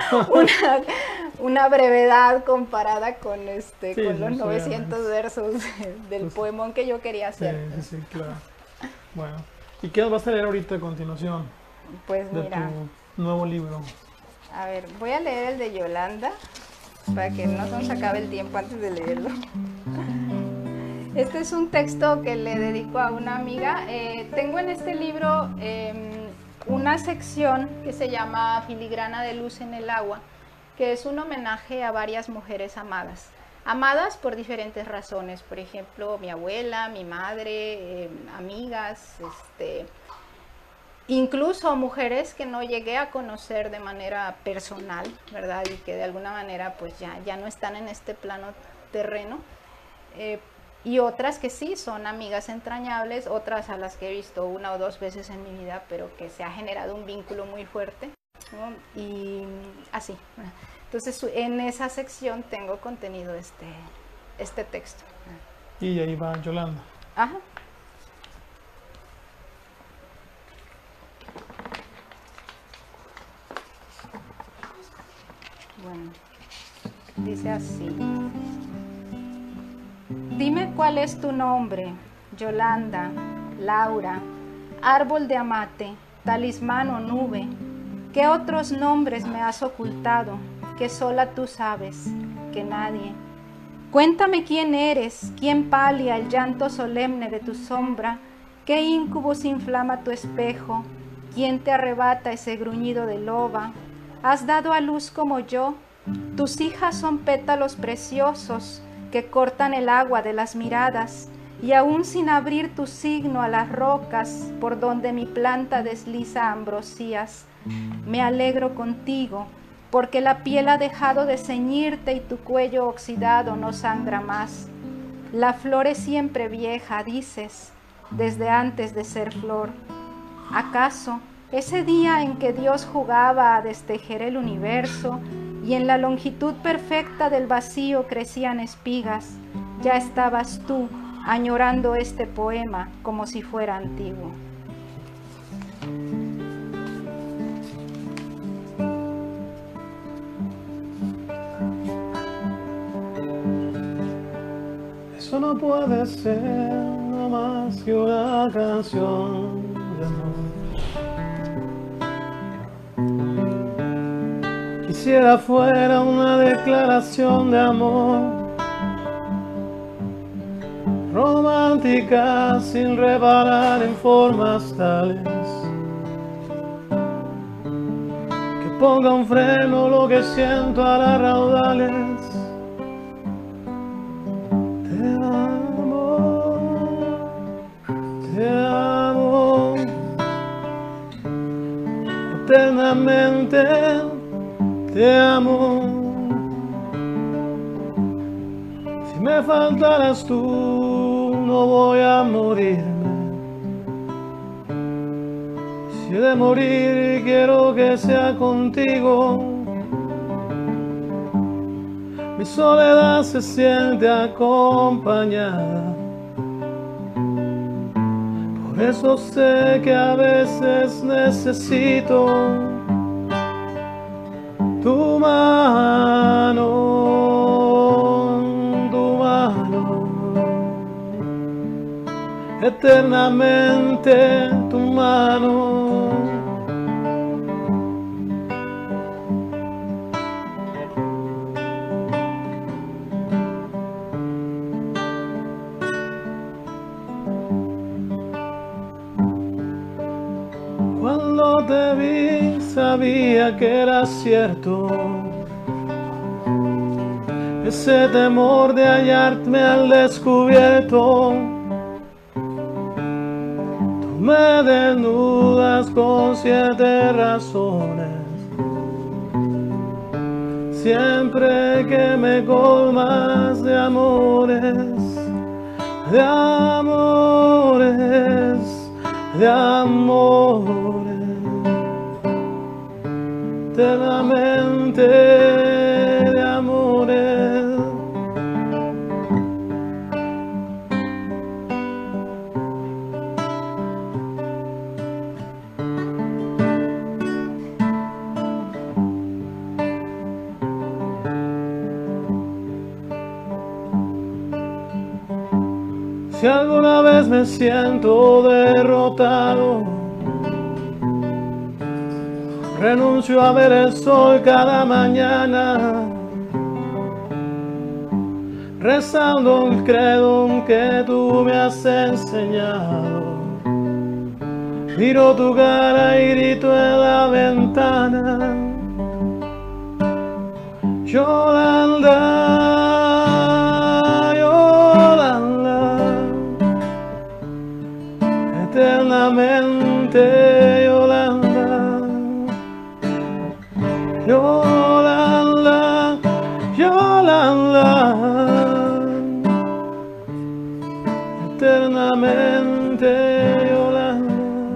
una brevedad comparada con los 900 versos del poemón que yo quería hacer. Sí, claro. Bueno, ¿y qué vas a leer ahorita a continuación? Pues de mira, tu nuevo libro. A ver, voy a leer el de Yolanda. para que no se nos acabe el tiempo antes de leerlo. Este es un texto que le dedico a una amiga. Tengo en este libro una sección que se llama Filigrana de luz en el agua, que es un homenaje a varias mujeres amadas. Amadas por diferentes razones, por ejemplo, mi abuela, mi madre, amigas, incluso mujeres que no llegué a conocer de manera personal, ¿verdad? Y que de alguna manera pues ya no están en este plano terreno. Y otras que sí son amigas entrañables, otras a las que he visto una o dos veces en mi vida, pero que se ha generado un vínculo muy fuerte, ¿no? Y así. Entonces en esa sección tengo contenido este texto. Y ahí va Yolanda. Ajá. Bueno, dice así. Dime cuál es tu nombre, Yolanda, Laura, árbol de amate, talismán o nube. ¿Qué otros nombres me has ocultado, que sola tú sabes, que nadie? Cuéntame quién eres, quién palia el llanto solemne de tu sombra, qué incubus inflama tu espejo, quién te arrebata ese gruñido de loba. ¿Has dado a luz como yo? Tus hijas son pétalos preciosos que cortan el agua de las miradas, y aún sin abrir tu signo a las rocas por donde mi planta desliza ambrosías. Me alegro contigo, porque la piel ha dejado de ceñirte y tu cuello oxidado no sangra más. La flor es siempre vieja, dices, desde antes de ser flor. ¿Acaso ese día en que Dios jugaba a destejer el universo y en la longitud perfecta del vacío crecían espigas, ya estabas tú añorando este poema como si fuera antiguo? Eso no puede ser no más que una canción de amor. Quisiera fuera una declaración de amor, romántica sin reparar en formas tales, que ponga un freno lo que siento a las raudales. Te amo, eternamente te amo. Si me faltaras tú, no voy a morirme. Si he de morir, quiero que sea contigo. Mi soledad se siente acompañada. Por eso sé que a veces necesito tu mano, eternamente tu mano. Cuando te vi sabía que era cierto ese temor de hallarme al descubierto. Tú me desnudas con 7 razones, siempre que me colmas de amores, de amores, de amores, eternamente de amores. Si alguna vez me siento derrotado, renuncio a ver el sol cada mañana. rezando un credo que tú me has enseñado. Miro tu cara y grito en la ventana, Yolanda, Yolanda, eternamente Yolanda, Yolanda, Yolanda, eternamente Yolanda,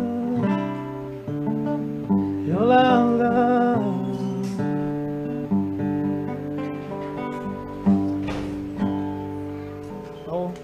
Yolanda. Oh.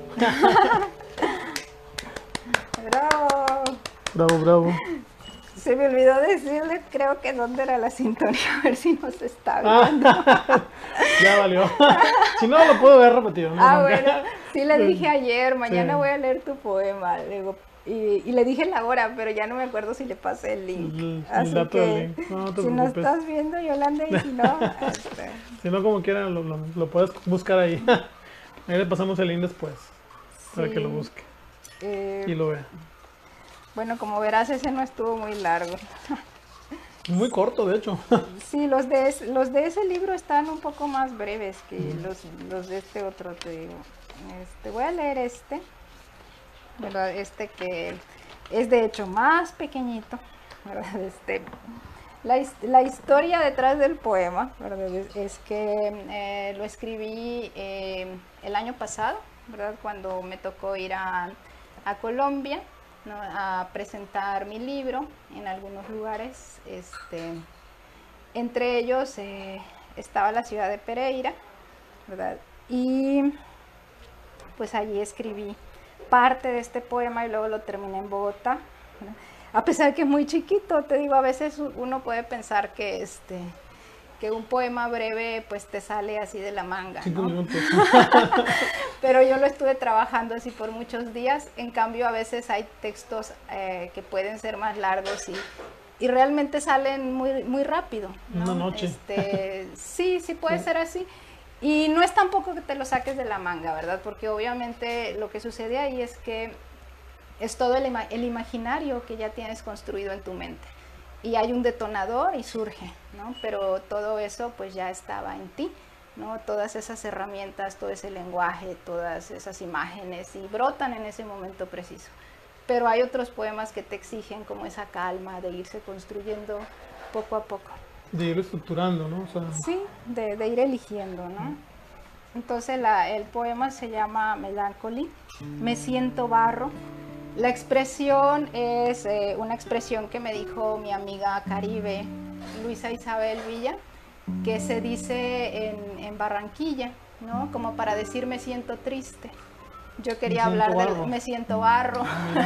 ¡Bravo! Bravo, bravo. Se me olvidó decirle, creo que dónde era la sintonía, a ver si nos está viendo. Ya valió. Si no, lo puedo ver repetido. ¿No? Bueno, sí le dije ayer, mañana Sí. voy a leer tu poema. Le digo, y le dije la hora, pero ya no me acuerdo si le pasé el link. El Así dato que, del link. No te si nos preocupes. estás viendo, Yolanda, y si no, Si no, como quieran, lo puedes buscar ahí. Ahí le pasamos el link después, para sí, que lo busque y eh, lo vea. bueno, como verás, ese no estuvo muy largo. Muy corto, de hecho. Sí, los de ese libro están un poco más breves que los de este otro, te digo. Voy a leer ¿verdad? Que es de hecho más pequeñito, ¿verdad? La historia detrás del poema, ¿verdad? Es que lo escribí el año pasado, ¿verdad? Cuando me tocó ir a Colombia, ¿no? A presentar mi libro en algunos lugares. Entre ellos estaba la ciudad de Pereira, ¿verdad? Y pues allí escribí parte de este poema y luego lo terminé en Bogotá, ¿verdad? A pesar de que es muy chiquito, te digo, a veces uno puede pensar que que un poema breve pues te sale así de la manga, 5 ¿no? minutos. Pero yo lo estuve trabajando así por muchos días. En cambio, a veces hay textos que pueden ser más largos y realmente salen muy rápido, ¿no? Una noche. Sí puede ser así. Y no es tampoco que te lo saques de la manga, ¿verdad? Porque obviamente lo que sucede ahí es que es todo el imaginario que ya tienes construido en tu mente. Y hay un detonador y surge, ¿no? Pero todo eso pues ya estaba en ti, ¿no? Todas esas herramientas, todo ese lenguaje, todas esas imágenes y brotan en ese momento preciso. Pero hay otros poemas que te exigen como esa calma de irse construyendo poco a poco. De ir estructurando, ¿no? O sea, Sí, de ir eligiendo, ¿no? Entonces el poema se llama Melancholy, me siento barro. La expresión es una expresión que me dijo mi amiga caribe, Luisa Isabel Villa, que se dice en Barranquilla, ¿no? Como para decir me siento triste. Yo quería hablar del me siento barro,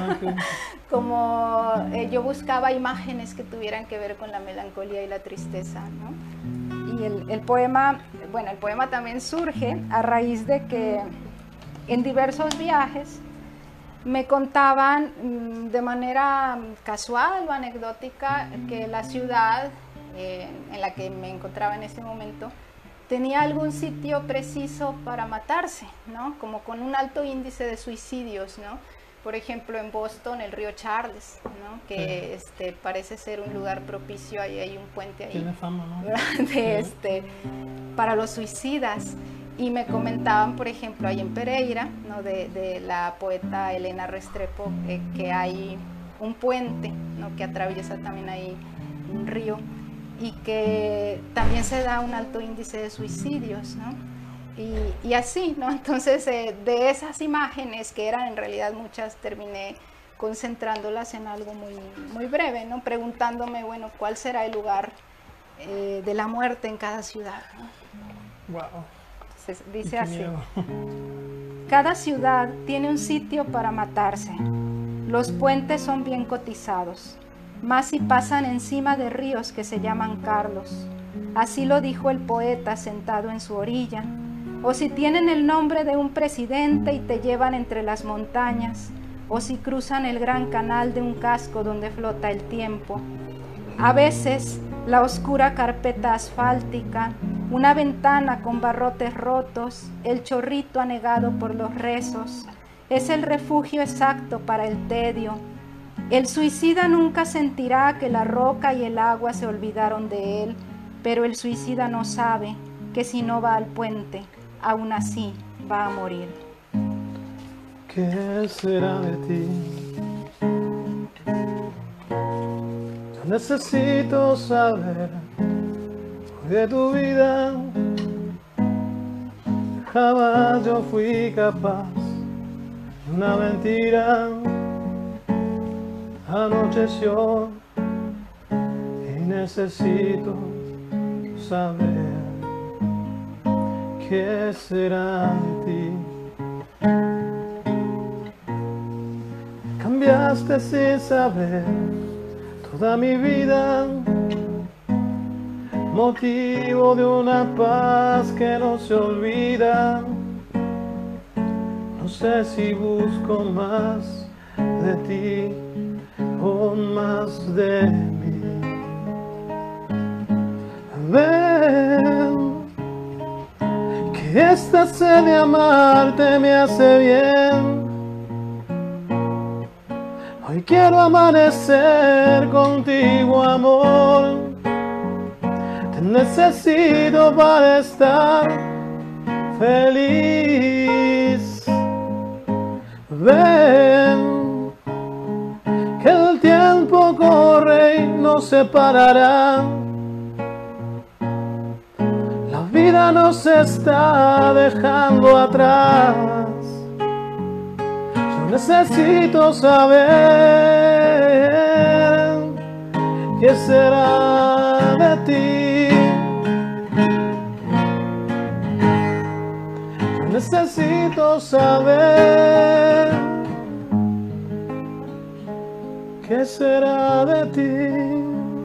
como yo buscaba imágenes que tuvieran que ver con la melancolía y la tristeza, ¿no? Y el poema también surge a raíz de que en diversos viajes me contaban de manera casual o anecdótica que la ciudad en la que me encontraba en ese momento tenía algún sitio preciso para matarse, ¿no? Como con un alto índice de suicidios, ¿no? Por ejemplo, en Boston, el río Charles, ¿no? Que parece ser un lugar propicio, ahí hay un puente ahí. Tiene fama, ¿no? Para los suicidas. Y me comentaban, por ejemplo, ahí en Pereira, ¿no? de la poeta Elena Restrepo, que hay un puente, ¿no? Que atraviesa también ahí un río y que también se da un alto índice de suicidios, ¿no? Y así, ¿no? Entonces, de esas imágenes, que eran en realidad muchas, terminé concentrándolas en algo muy breve, ¿no? Preguntándome, bueno, ¿cuál será el lugar de la muerte en cada ciudad, ¿no? Wow. Dice así: cada ciudad tiene un sitio para matarse. Los puentes son bien cotizados, más si pasan encima de ríos que se llaman Carlos. Así lo dijo el poeta sentado en su orilla. O si tienen el nombre de un presidente y te llevan entre las montañas, o si cruzan el gran canal de un casco donde flota el tiempo. A veces la oscura carpeta asfáltica una ventana con barrotes rotos, el chorrito anegado por los rezos, es el refugio exacto para el tedio. El suicida nunca sentirá que la roca y el agua se olvidaron de él, pero el suicida no sabe que si no va al puente, aún así va a morir. ¿Qué será de ti? Yo necesito saber de tu vida. Jamás yo fui capaz de una mentira. Anocheció y necesito saber qué será de ti. Cambiaste sin saber toda mi vida, motivo de una paz que no se olvida. No sé si busco más de ti o más de mí. Ven, que esta sed de amarte me hace bien. Hoy quiero amanecer contigo, amor. Te necesito para estar feliz. Ven, que el tiempo corre y nos separará. La vida nos está dejando atrás. Yo necesito saber qué será de ti. Yo necesito saber qué será de ti.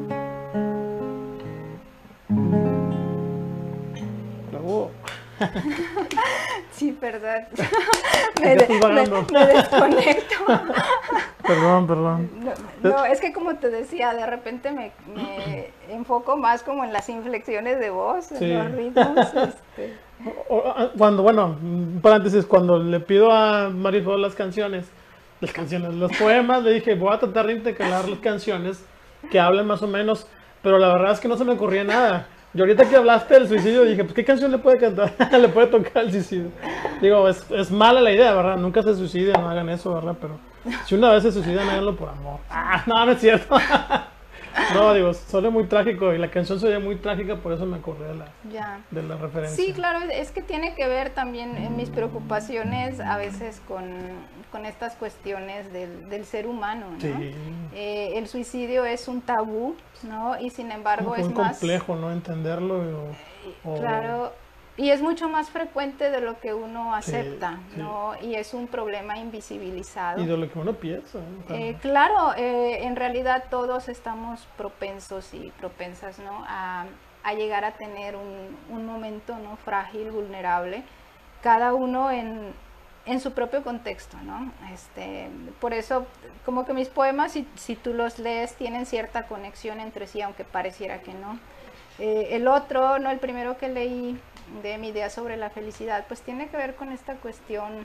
Sí, perdón. Me desconecto. Perdón. No, es que como te decía, de repente me enfoco más como en las inflexiones de voz, en los ritmos. Cuando, paréntesis, cuando le pido a Marisol los poemas, le dije, voy a tratar de intercalar las canciones que hablen más o menos, pero la verdad es que no se me ocurría nada. Y ahorita que hablaste del suicidio, dije, pues, ¿qué canción le puede cantar? Le puede tocar el suicidio. Digo, es mala la idea, ¿verdad? Nunca se suiciden, no hagan eso, ¿verdad? Pero si una vez se suicidan, háganlo por amor. No es cierto. No, digo, suena muy trágico y la canción se oye muy trágica, por eso me acordé de la referencia. Sí, claro, es que tiene que ver también en mis preocupaciones a veces con estas cuestiones del ser humano, ¿no? Sí. El suicidio es un tabú, ¿no? Y sin embargo es muy más complejo, ¿no? Entenderlo. Claro, y es mucho más frecuente de lo que uno acepta, sí. ¿no? Y es un problema invisibilizado. Y de lo que uno piensa. Claro, en realidad todos estamos propensos y propensas, ¿no? a llegar a tener un momento, ¿no? Frágil, vulnerable, cada uno en su propio contexto, ¿no? Por eso, como que mis poemas, si tú los lees, tienen cierta conexión entre sí, aunque pareciera que no. El otro, ¿no? El primero que leí, de mi idea sobre la felicidad, pues tiene que ver con esta cuestión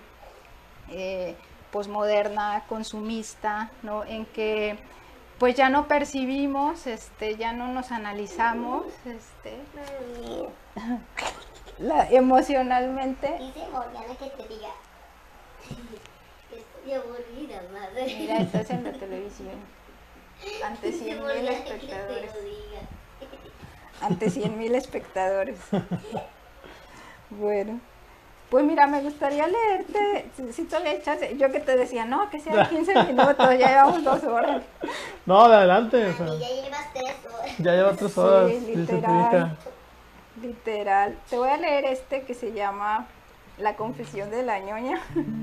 posmoderna, consumista, ¿no? En que pues ya no percibimos, ya no nos analizamos, emocionalmente. Dice Morgana que te diga, estoy aburrida, madre. Mira, estás en la televisión, ante 100,000 espectadores. Ante 100,000 espectadores. Bueno, pues mira, me gustaría leerte, si tú le echas, yo que te decía, no, que sea 15 minutos, ya llevamos 2 horas. No, de adelante. O sea, ya llevas 3 horas. Ya lleva 3 horas, sí, dice tu literal, hija. Literal. Te voy a leer que se llama La confesión de la ñoña.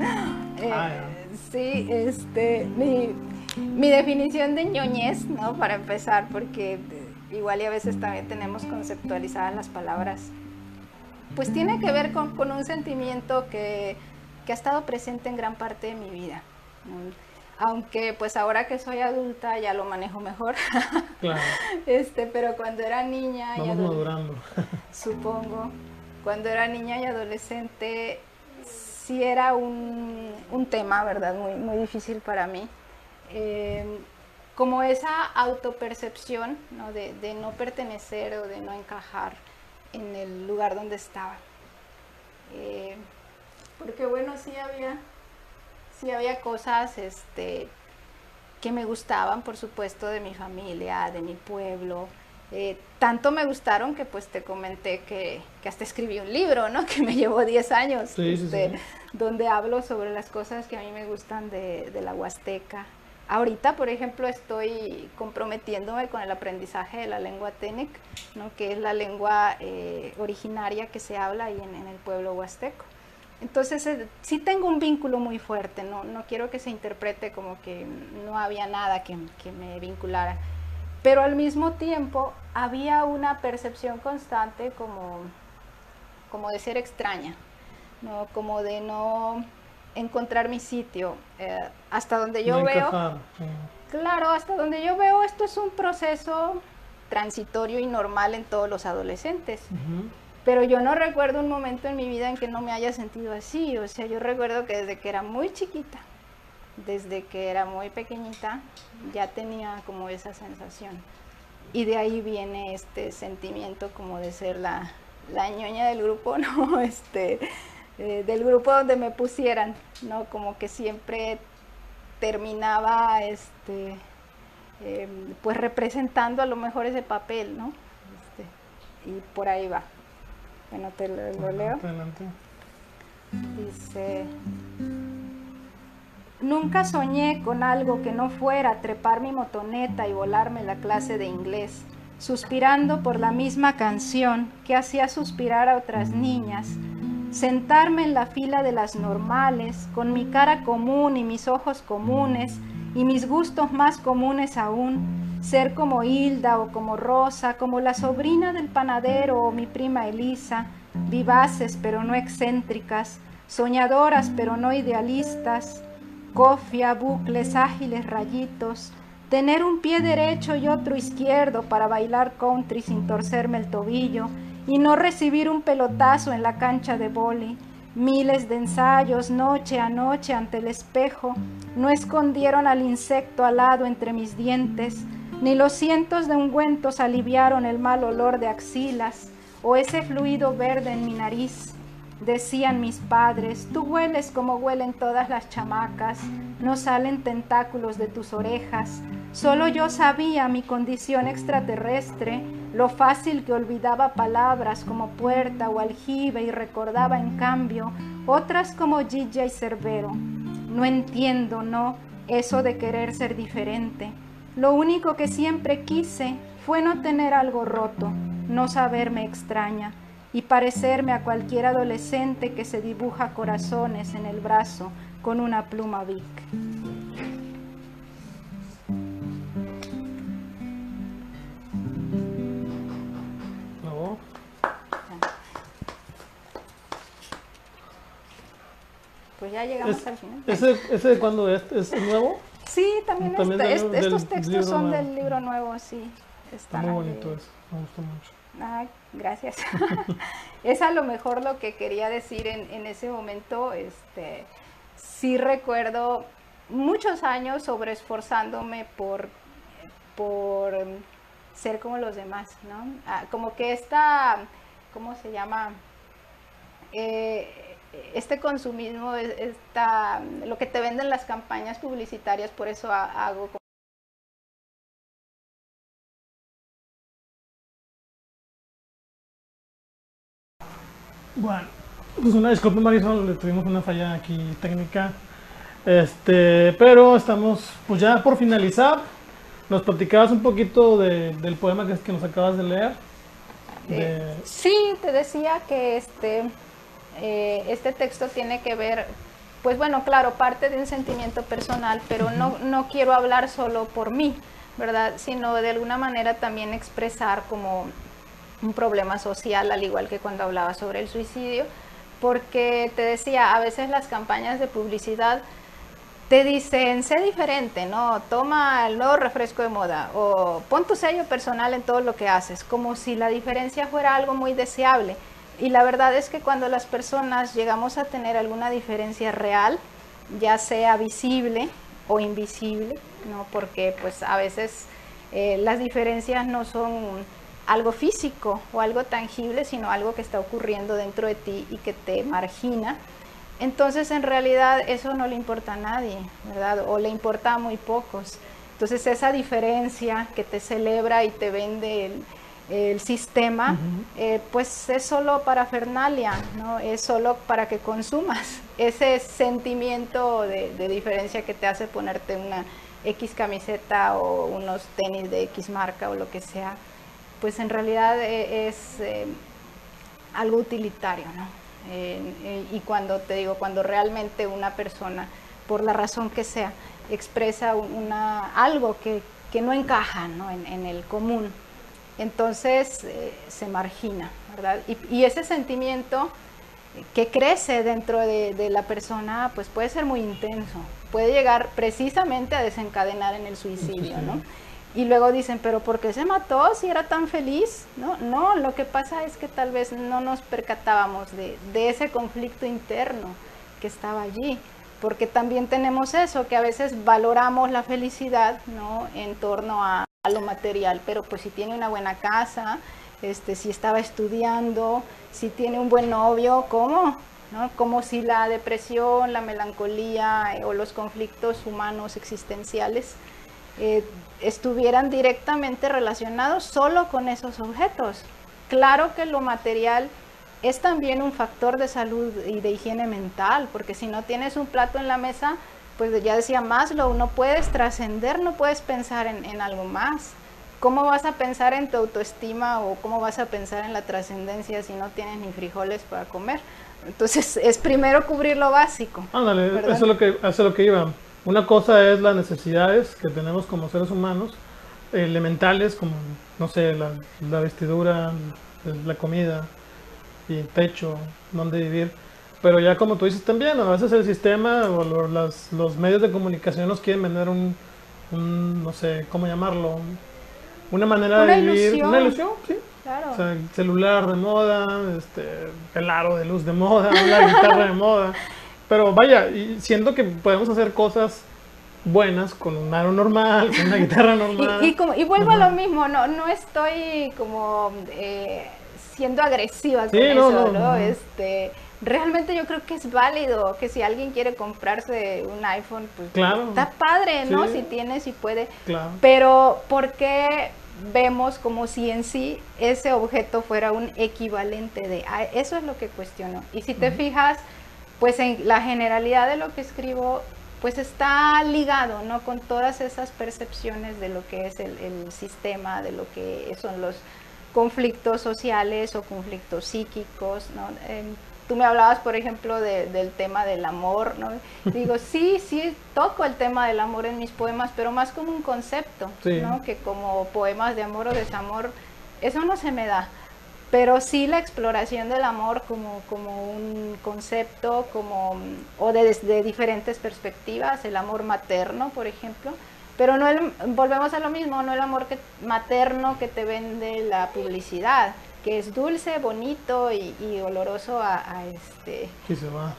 Sí, mi definición de ñoñez, ¿no? Para empezar, porque igual y a veces también tenemos conceptualizadas las palabras, pues tiene que ver con un sentimiento que ha estado presente en gran parte de mi vida. aunque pues ahora que soy adulta ya lo manejo mejor. Claro. Pero cuando era niña Vamos madurando. supongo, cuando era niña y adolescente sí era un tema, ¿verdad? Muy, muy difícil para mí. Como esa autopercepción, ¿no? De no pertenecer o de no encajar en el lugar donde estaba. Porque bueno, sí había cosas que me gustaban, por supuesto, de mi familia, de mi pueblo. Tanto me gustaron que pues te comenté que hasta escribí un libro, ¿no? Que me llevó 10 años, Sí. donde hablo sobre las cosas que a mí me gustan de la Huasteca. Ahorita, por ejemplo, estoy comprometiéndome con el aprendizaje de la lengua Tenec, ¿no? Que es la lengua originaria que se habla ahí en el pueblo huasteco. Entonces, sí tengo un vínculo muy fuerte, no quiero que se interprete como que no había nada que me vinculara, pero al mismo tiempo había una percepción constante como de ser extraña, ¿no? Como de no encontrar mi sitio, hasta donde yo veo, Encajar. claro, hasta donde yo veo esto es un proceso transitorio y normal en todos los adolescentes. Pero yo no recuerdo un momento en mi vida en que no me haya sentido así. O sea, yo recuerdo que desde que era muy chiquita, desde que era muy pequeñita, ya tenía como esa sensación. Y de ahí viene este sentimiento como de ser la ñoña del grupo, ¿no? Del grupo donde me pusieran, ¿no? Como que siempre terminaba, pues representando a lo mejor ese papel, ¿no? Y por ahí va. Bueno, te lo leo. Adelante. Dice: nunca soñé con algo que no fuera trepar mi motoneta y volarme la clase de inglés, suspirando por la misma canción que hacía suspirar a otras niñas, sentarme en la fila de las normales, con mi cara común y mis ojos comunes, y mis gustos más comunes aún, ser como Hilda o como Rosa, como la sobrina del panadero o mi prima Elisa, vivaces pero no excéntricas, soñadoras pero no idealistas, cofia, bucles, ágiles rayitos, tener un pie derecho y otro izquierdo para bailar country sin torcerme el tobillo y no recibir un pelotazo en la cancha de vóley. Miles de ensayos, noche a noche ante el espejo, no escondieron al insecto alado entre mis dientes, ni los cientos de ungüentos aliviaron el mal olor de axilas o ese fluido verde en mi nariz. Decían mis padres: tú hueles como huelen todas las chamacas, no salen tentáculos de tus orejas. Solo yo sabía mi condición extraterrestre, lo fácil que olvidaba palabras como puerta o aljibe y recordaba en cambio otras como Gilla y Cerbero. No entiendo, no, eso de querer ser diferente. Lo único que siempre quise fue no tener algo roto, no saberme extraña y parecerme a cualquier adolescente que se dibuja corazones en el brazo con una pluma Bic. No. Pues ya llegamos al final. ¿Ese de cuándo es? ¿Es nuevo? Sí, también, estos textos son nuevo. del libro nuevo, sí. Está muy bonito eso, me gustó mucho. Ay, gracias. Es a lo mejor lo que quería decir en ese momento. Sí recuerdo muchos años sobreesforzándome por ser como los demás, ¿no? Como que ¿cómo se llama? Este consumismo, lo que te venden las campañas publicitarias, por eso hago Bueno, pues una disculpa, Marisol, le tuvimos una falla aquí técnica. Pero estamos pues ya por finalizar. ¿Nos platicabas un poquito del poema que nos acabas de leer? Sí, te decía que este texto tiene que ver, pues bueno, claro, parte de un sentimiento personal, pero no quiero hablar solo por mí, ¿verdad? Sino de alguna manera también expresar como un problema social, al igual que cuando hablaba sobre el suicidio, porque te decía, a veces las campañas de publicidad te dicen, sé diferente, ¿no? Toma el nuevo refresco de moda o pon tu sello personal en todo lo que haces, como si la diferencia fuera algo muy deseable. Y la verdad es que cuando las personas llegamos a tener alguna diferencia real, ya sea visible o invisible, ¿no? Porque pues a veces las diferencias no son algo físico o algo tangible, sino algo que está ocurriendo dentro de ti y que te margina. Entonces, en realidad, eso no le importa a nadie, ¿verdad? O le importa a muy pocos. Entonces, esa diferencia que te celebra y te vende el sistema, pues es solo parafernalia, ¿no? Es solo para que consumas. Ese sentimiento de diferencia que te hace ponerte una X camiseta o unos tenis de X marca o lo que sea, pues en realidad es algo utilitario, ¿no? Y cuando te digo, cuando realmente una persona, por la razón que sea, expresa algo que no encaja, ¿no? En el común, entonces se margina, ¿verdad? Y ese sentimiento que crece dentro de la persona, pues puede ser muy intenso, puede llegar precisamente a desencadenar en el suicidio, ¿no? Y luego dicen, pero ¿por qué se mató si era tan feliz? No, lo que pasa es que tal vez no nos percatábamos de ese conflicto interno que estaba allí, porque también tenemos eso, que a veces valoramos la felicidad, ¿no? En torno a lo material, pero pues si tiene una buena casa, si estaba estudiando, si tiene un buen novio, ¿cómo? ¿No? Como si la depresión, la melancolía o los conflictos humanos existenciales estuvieran directamente relacionados solo con esos objetos. Claro que lo material es también un factor de salud y de higiene mental, porque si no tienes un plato en la mesa, pues ya decía Maslow, no puedes trascender, no puedes pensar en algo más. ¿Cómo vas a pensar en tu autoestima o cómo vas a pensar en la trascendencia si no tienes ni frijoles para comer? Entonces es primero cubrir lo básico. Ándale, eso es lo que iba. Una cosa es las necesidades que tenemos como seres humanos, elementales como, no sé, la vestidura, la comida, y el techo, donde vivir. Pero ya como tú dices también, a veces el sistema o los medios de comunicación nos quieren vender no sé, ¿cómo llamarlo? Una manera de vivir. Ilusión. Una ilusión, sí. Claro. O sea, el celular de moda, el aro de luz de moda, la guitarra de moda. Pero vaya, y siento que podemos hacer cosas buenas con un aro normal, con una guitarra normal. Y vuelvo a lo mismo, no estoy como siendo agresiva con eso, ¿no? Realmente yo creo que es válido que si alguien quiere comprarse un iPhone, pues claro, está padre, ¿no? sí. Si tiene, si puede. Claro. Pero ¿por qué vemos como si en sí ese objeto fuera un equivalente de? Eso es lo que cuestiono. Y si te fijas, pues en la generalidad de lo que escribo, pues está ligado, ¿no? Con todas esas percepciones de lo que es el sistema, de lo que son los conflictos sociales o conflictos psíquicos, ¿no? Tú me hablabas, por ejemplo, del tema del amor, ¿no? Digo, sí, toco el tema del amor en mis poemas, pero más como un concepto, sí, ¿no? Que como poemas de amor o desamor, eso no se me da. Pero sí la exploración del amor como un concepto, o de diferentes perspectivas, el amor materno, por ejemplo. Pero no volvemos a lo mismo, no el amor materno que te vende la publicidad, que es dulce, bonito y oloroso Sí, se va.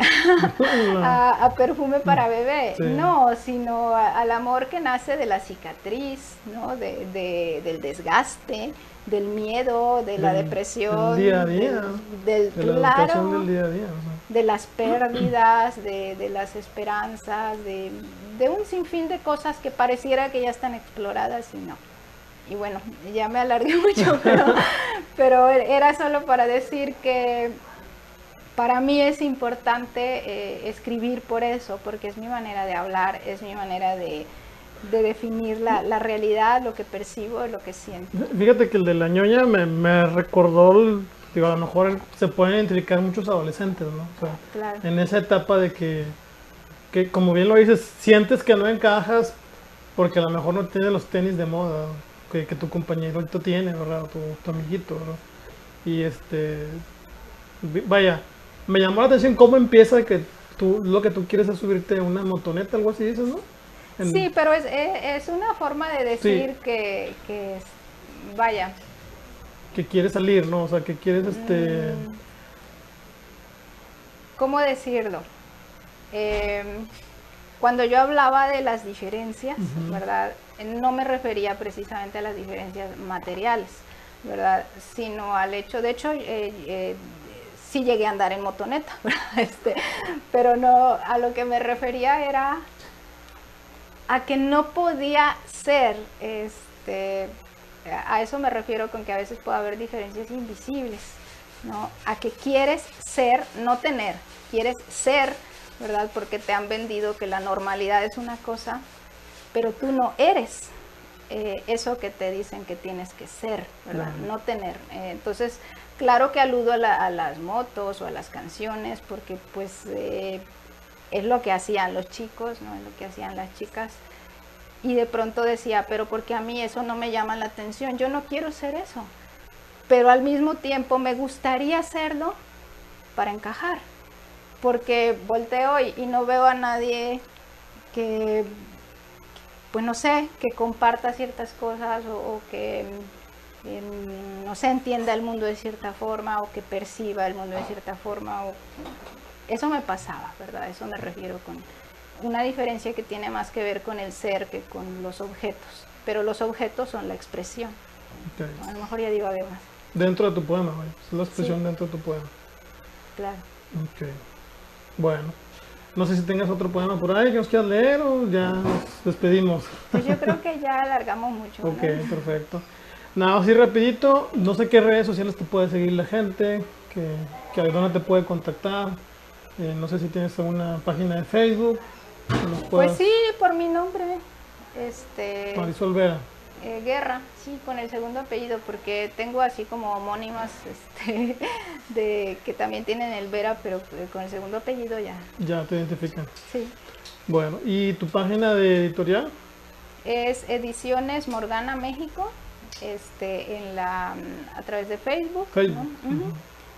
a perfume para bebé. Sí. No, sino al amor que nace de la cicatriz, ¿no? Del desgaste, del miedo, de la depresión, del día a día, de la educación del día a día, ¿no? De las pérdidas, de las esperanzas, de un sinfín de cosas que pareciera que ya están exploradas y no. Y bueno, ya me alargué mucho, pero era solo para decir que para mí es importante escribir por eso, porque es mi manera de hablar, es mi manera de definir la realidad, lo que percibo, lo que siento. Fíjate que el de la ñoña me recordó, digo, a lo mejor se pueden identificar muchos adolescentes, ¿no? O sea, claro, en esa etapa de que como bien lo dices, sientes que no encajas porque a lo mejor no tienes los tenis de moda que tu compañero tiene, ¿verdad? Tu amiguito, ¿verdad? Y vaya, me llamó la atención cómo empieza que lo que tú quieres es subirte a una motoneta, algo así dices, ¿no? Sí, pero es una forma de decir Sí. que vaya, Que quieres salir, ¿no? O sea, que quieres ¿cómo decirlo? Cuando yo hablaba de las diferencias, ¿verdad? No me refería precisamente a las diferencias materiales, ¿verdad? Sino al hecho, de hecho, sí llegué a andar en motoneta, ¿verdad? Pero no, a lo que me refería era a que no podía ser, a eso me refiero con que a veces puede haber diferencias invisibles, ¿no? A que quieres ser, no tener, quieres ser, ¿verdad? Porque te han vendido que la normalidad es una cosa, pero tú no eres eso que te dicen que tienes que ser, ¿verdad? No tener. Entonces, claro que aludo a las motos o a las canciones, porque pues es lo que hacían los chicos, ¿no? Es lo que hacían las chicas. Y de pronto decía, pero porque a mí eso no me llama la atención, yo no quiero ser eso. Pero al mismo tiempo me gustaría hacerlo para encajar. Porque volteo y no veo a nadie que, pues no sé, que comparta ciertas cosas o que, no sé, entienda el mundo de cierta forma o que perciba el mundo de cierta forma. Eso me pasaba, ¿verdad? Eso me refiero con una diferencia que tiene más que ver con el ser que con los objetos. Pero los objetos son la expresión. Okay. A lo mejor ya digo algo más. Dentro de tu poema, güey. Es la expresión Sí. dentro de tu poema. Claro. Ok. Bueno. No sé si tengas otro poema por ahí que nos quieras leer o ya nos despedimos. Pues yo creo que ya alargamos mucho, ¿no? Ok, perfecto. Nada, así rapidito, no sé qué redes sociales te puede seguir la gente, que dónde te puede contactar. No sé si tienes alguna página de Facebook. Que nos Pues puedas- sí, por mi nombre, Marisol Vera. Guerra, sí, con el segundo apellido, porque tengo así como homónimas, de que también tienen el Vera, pero con el segundo apellido ya, Ya te identifican. sí. Bueno, ¿y tu página de editorial? Es Ediciones Morgana México, a través de Facebook, Facebook. ¿no? Ujú.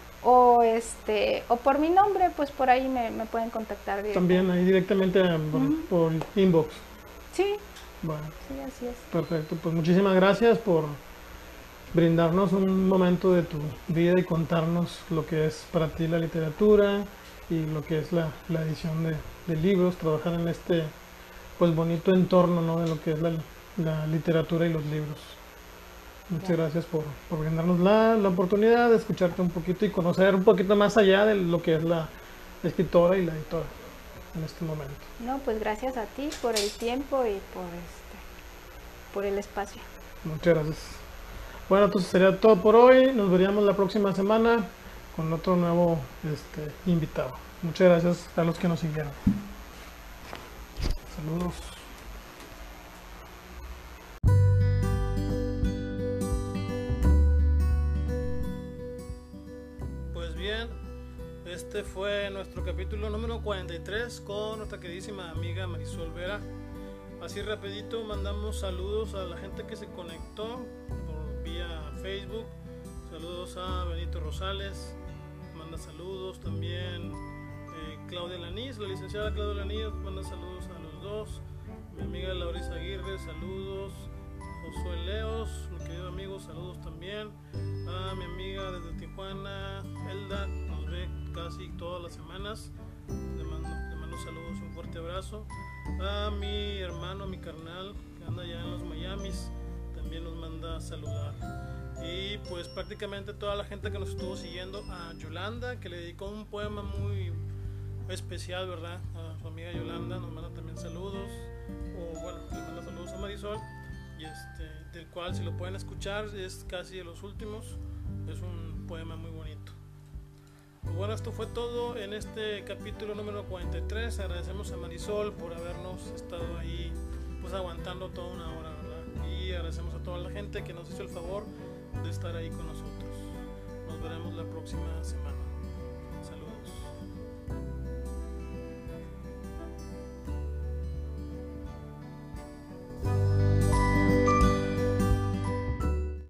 O por mi nombre, pues por ahí me pueden contactar directamente. También ahí directamente por inbox. Sí, Bueno, sí, así es. perfecto. Pues muchísimas gracias por brindarnos un momento de tu vida y contarnos lo que es para ti la literatura y lo que es la edición de libros, trabajar en este pues bonito entorno, ¿no? De lo que es la literatura y los libros. Muchas gracias por brindarnos la oportunidad de escucharte un poquito y conocer un poquito más allá de lo que es la escritora y la editora en este momento. No, pues gracias a ti por el tiempo y por el espacio. Muchas gracias. Bueno, entonces sería todo por hoy. Nos veríamos la próxima semana con otro nuevo invitado. Muchas gracias a los que nos siguieron. Saludos. Pues bien, este fue nuestro capítulo número 43 con nuestra queridísima amiga Marisol Vera. Así rapidito mandamos saludos a la gente que se conectó por vía Facebook. Saludos a Benito Rosales, manda saludos también Claudia Lanís, la licenciada Claudia Lanís, manda saludos a los dos. Mi amiga Laurisa Aguirre, saludos. Josué Leos, mi querido amigo, saludos también. A mi amiga desde Tijuana, Elda, nos ve casi todas las semanas. Le mando saludos, un fuerte abrazo. A mi hermano, a mi carnal, que anda allá en los Miamis, también nos manda a saludar. Y pues prácticamente toda la gente que nos estuvo siguiendo, a Yolanda, que le dedicó un poema muy especial, ¿verdad? A su amiga Yolanda, nos manda también saludos. O bueno, le manda saludos a Marisol. Y del cual, si lo pueden escuchar, es casi de los últimos. Es un poema muy bonito. Pues bueno, esto fue todo en este capítulo número 43. Agradecemos a Marisol por habernos estado ahí pues aguantando toda una hora, ¿verdad? Y agradecemos a toda la gente que nos hizo el favor de estar ahí con nosotros. Nos veremos la próxima semana.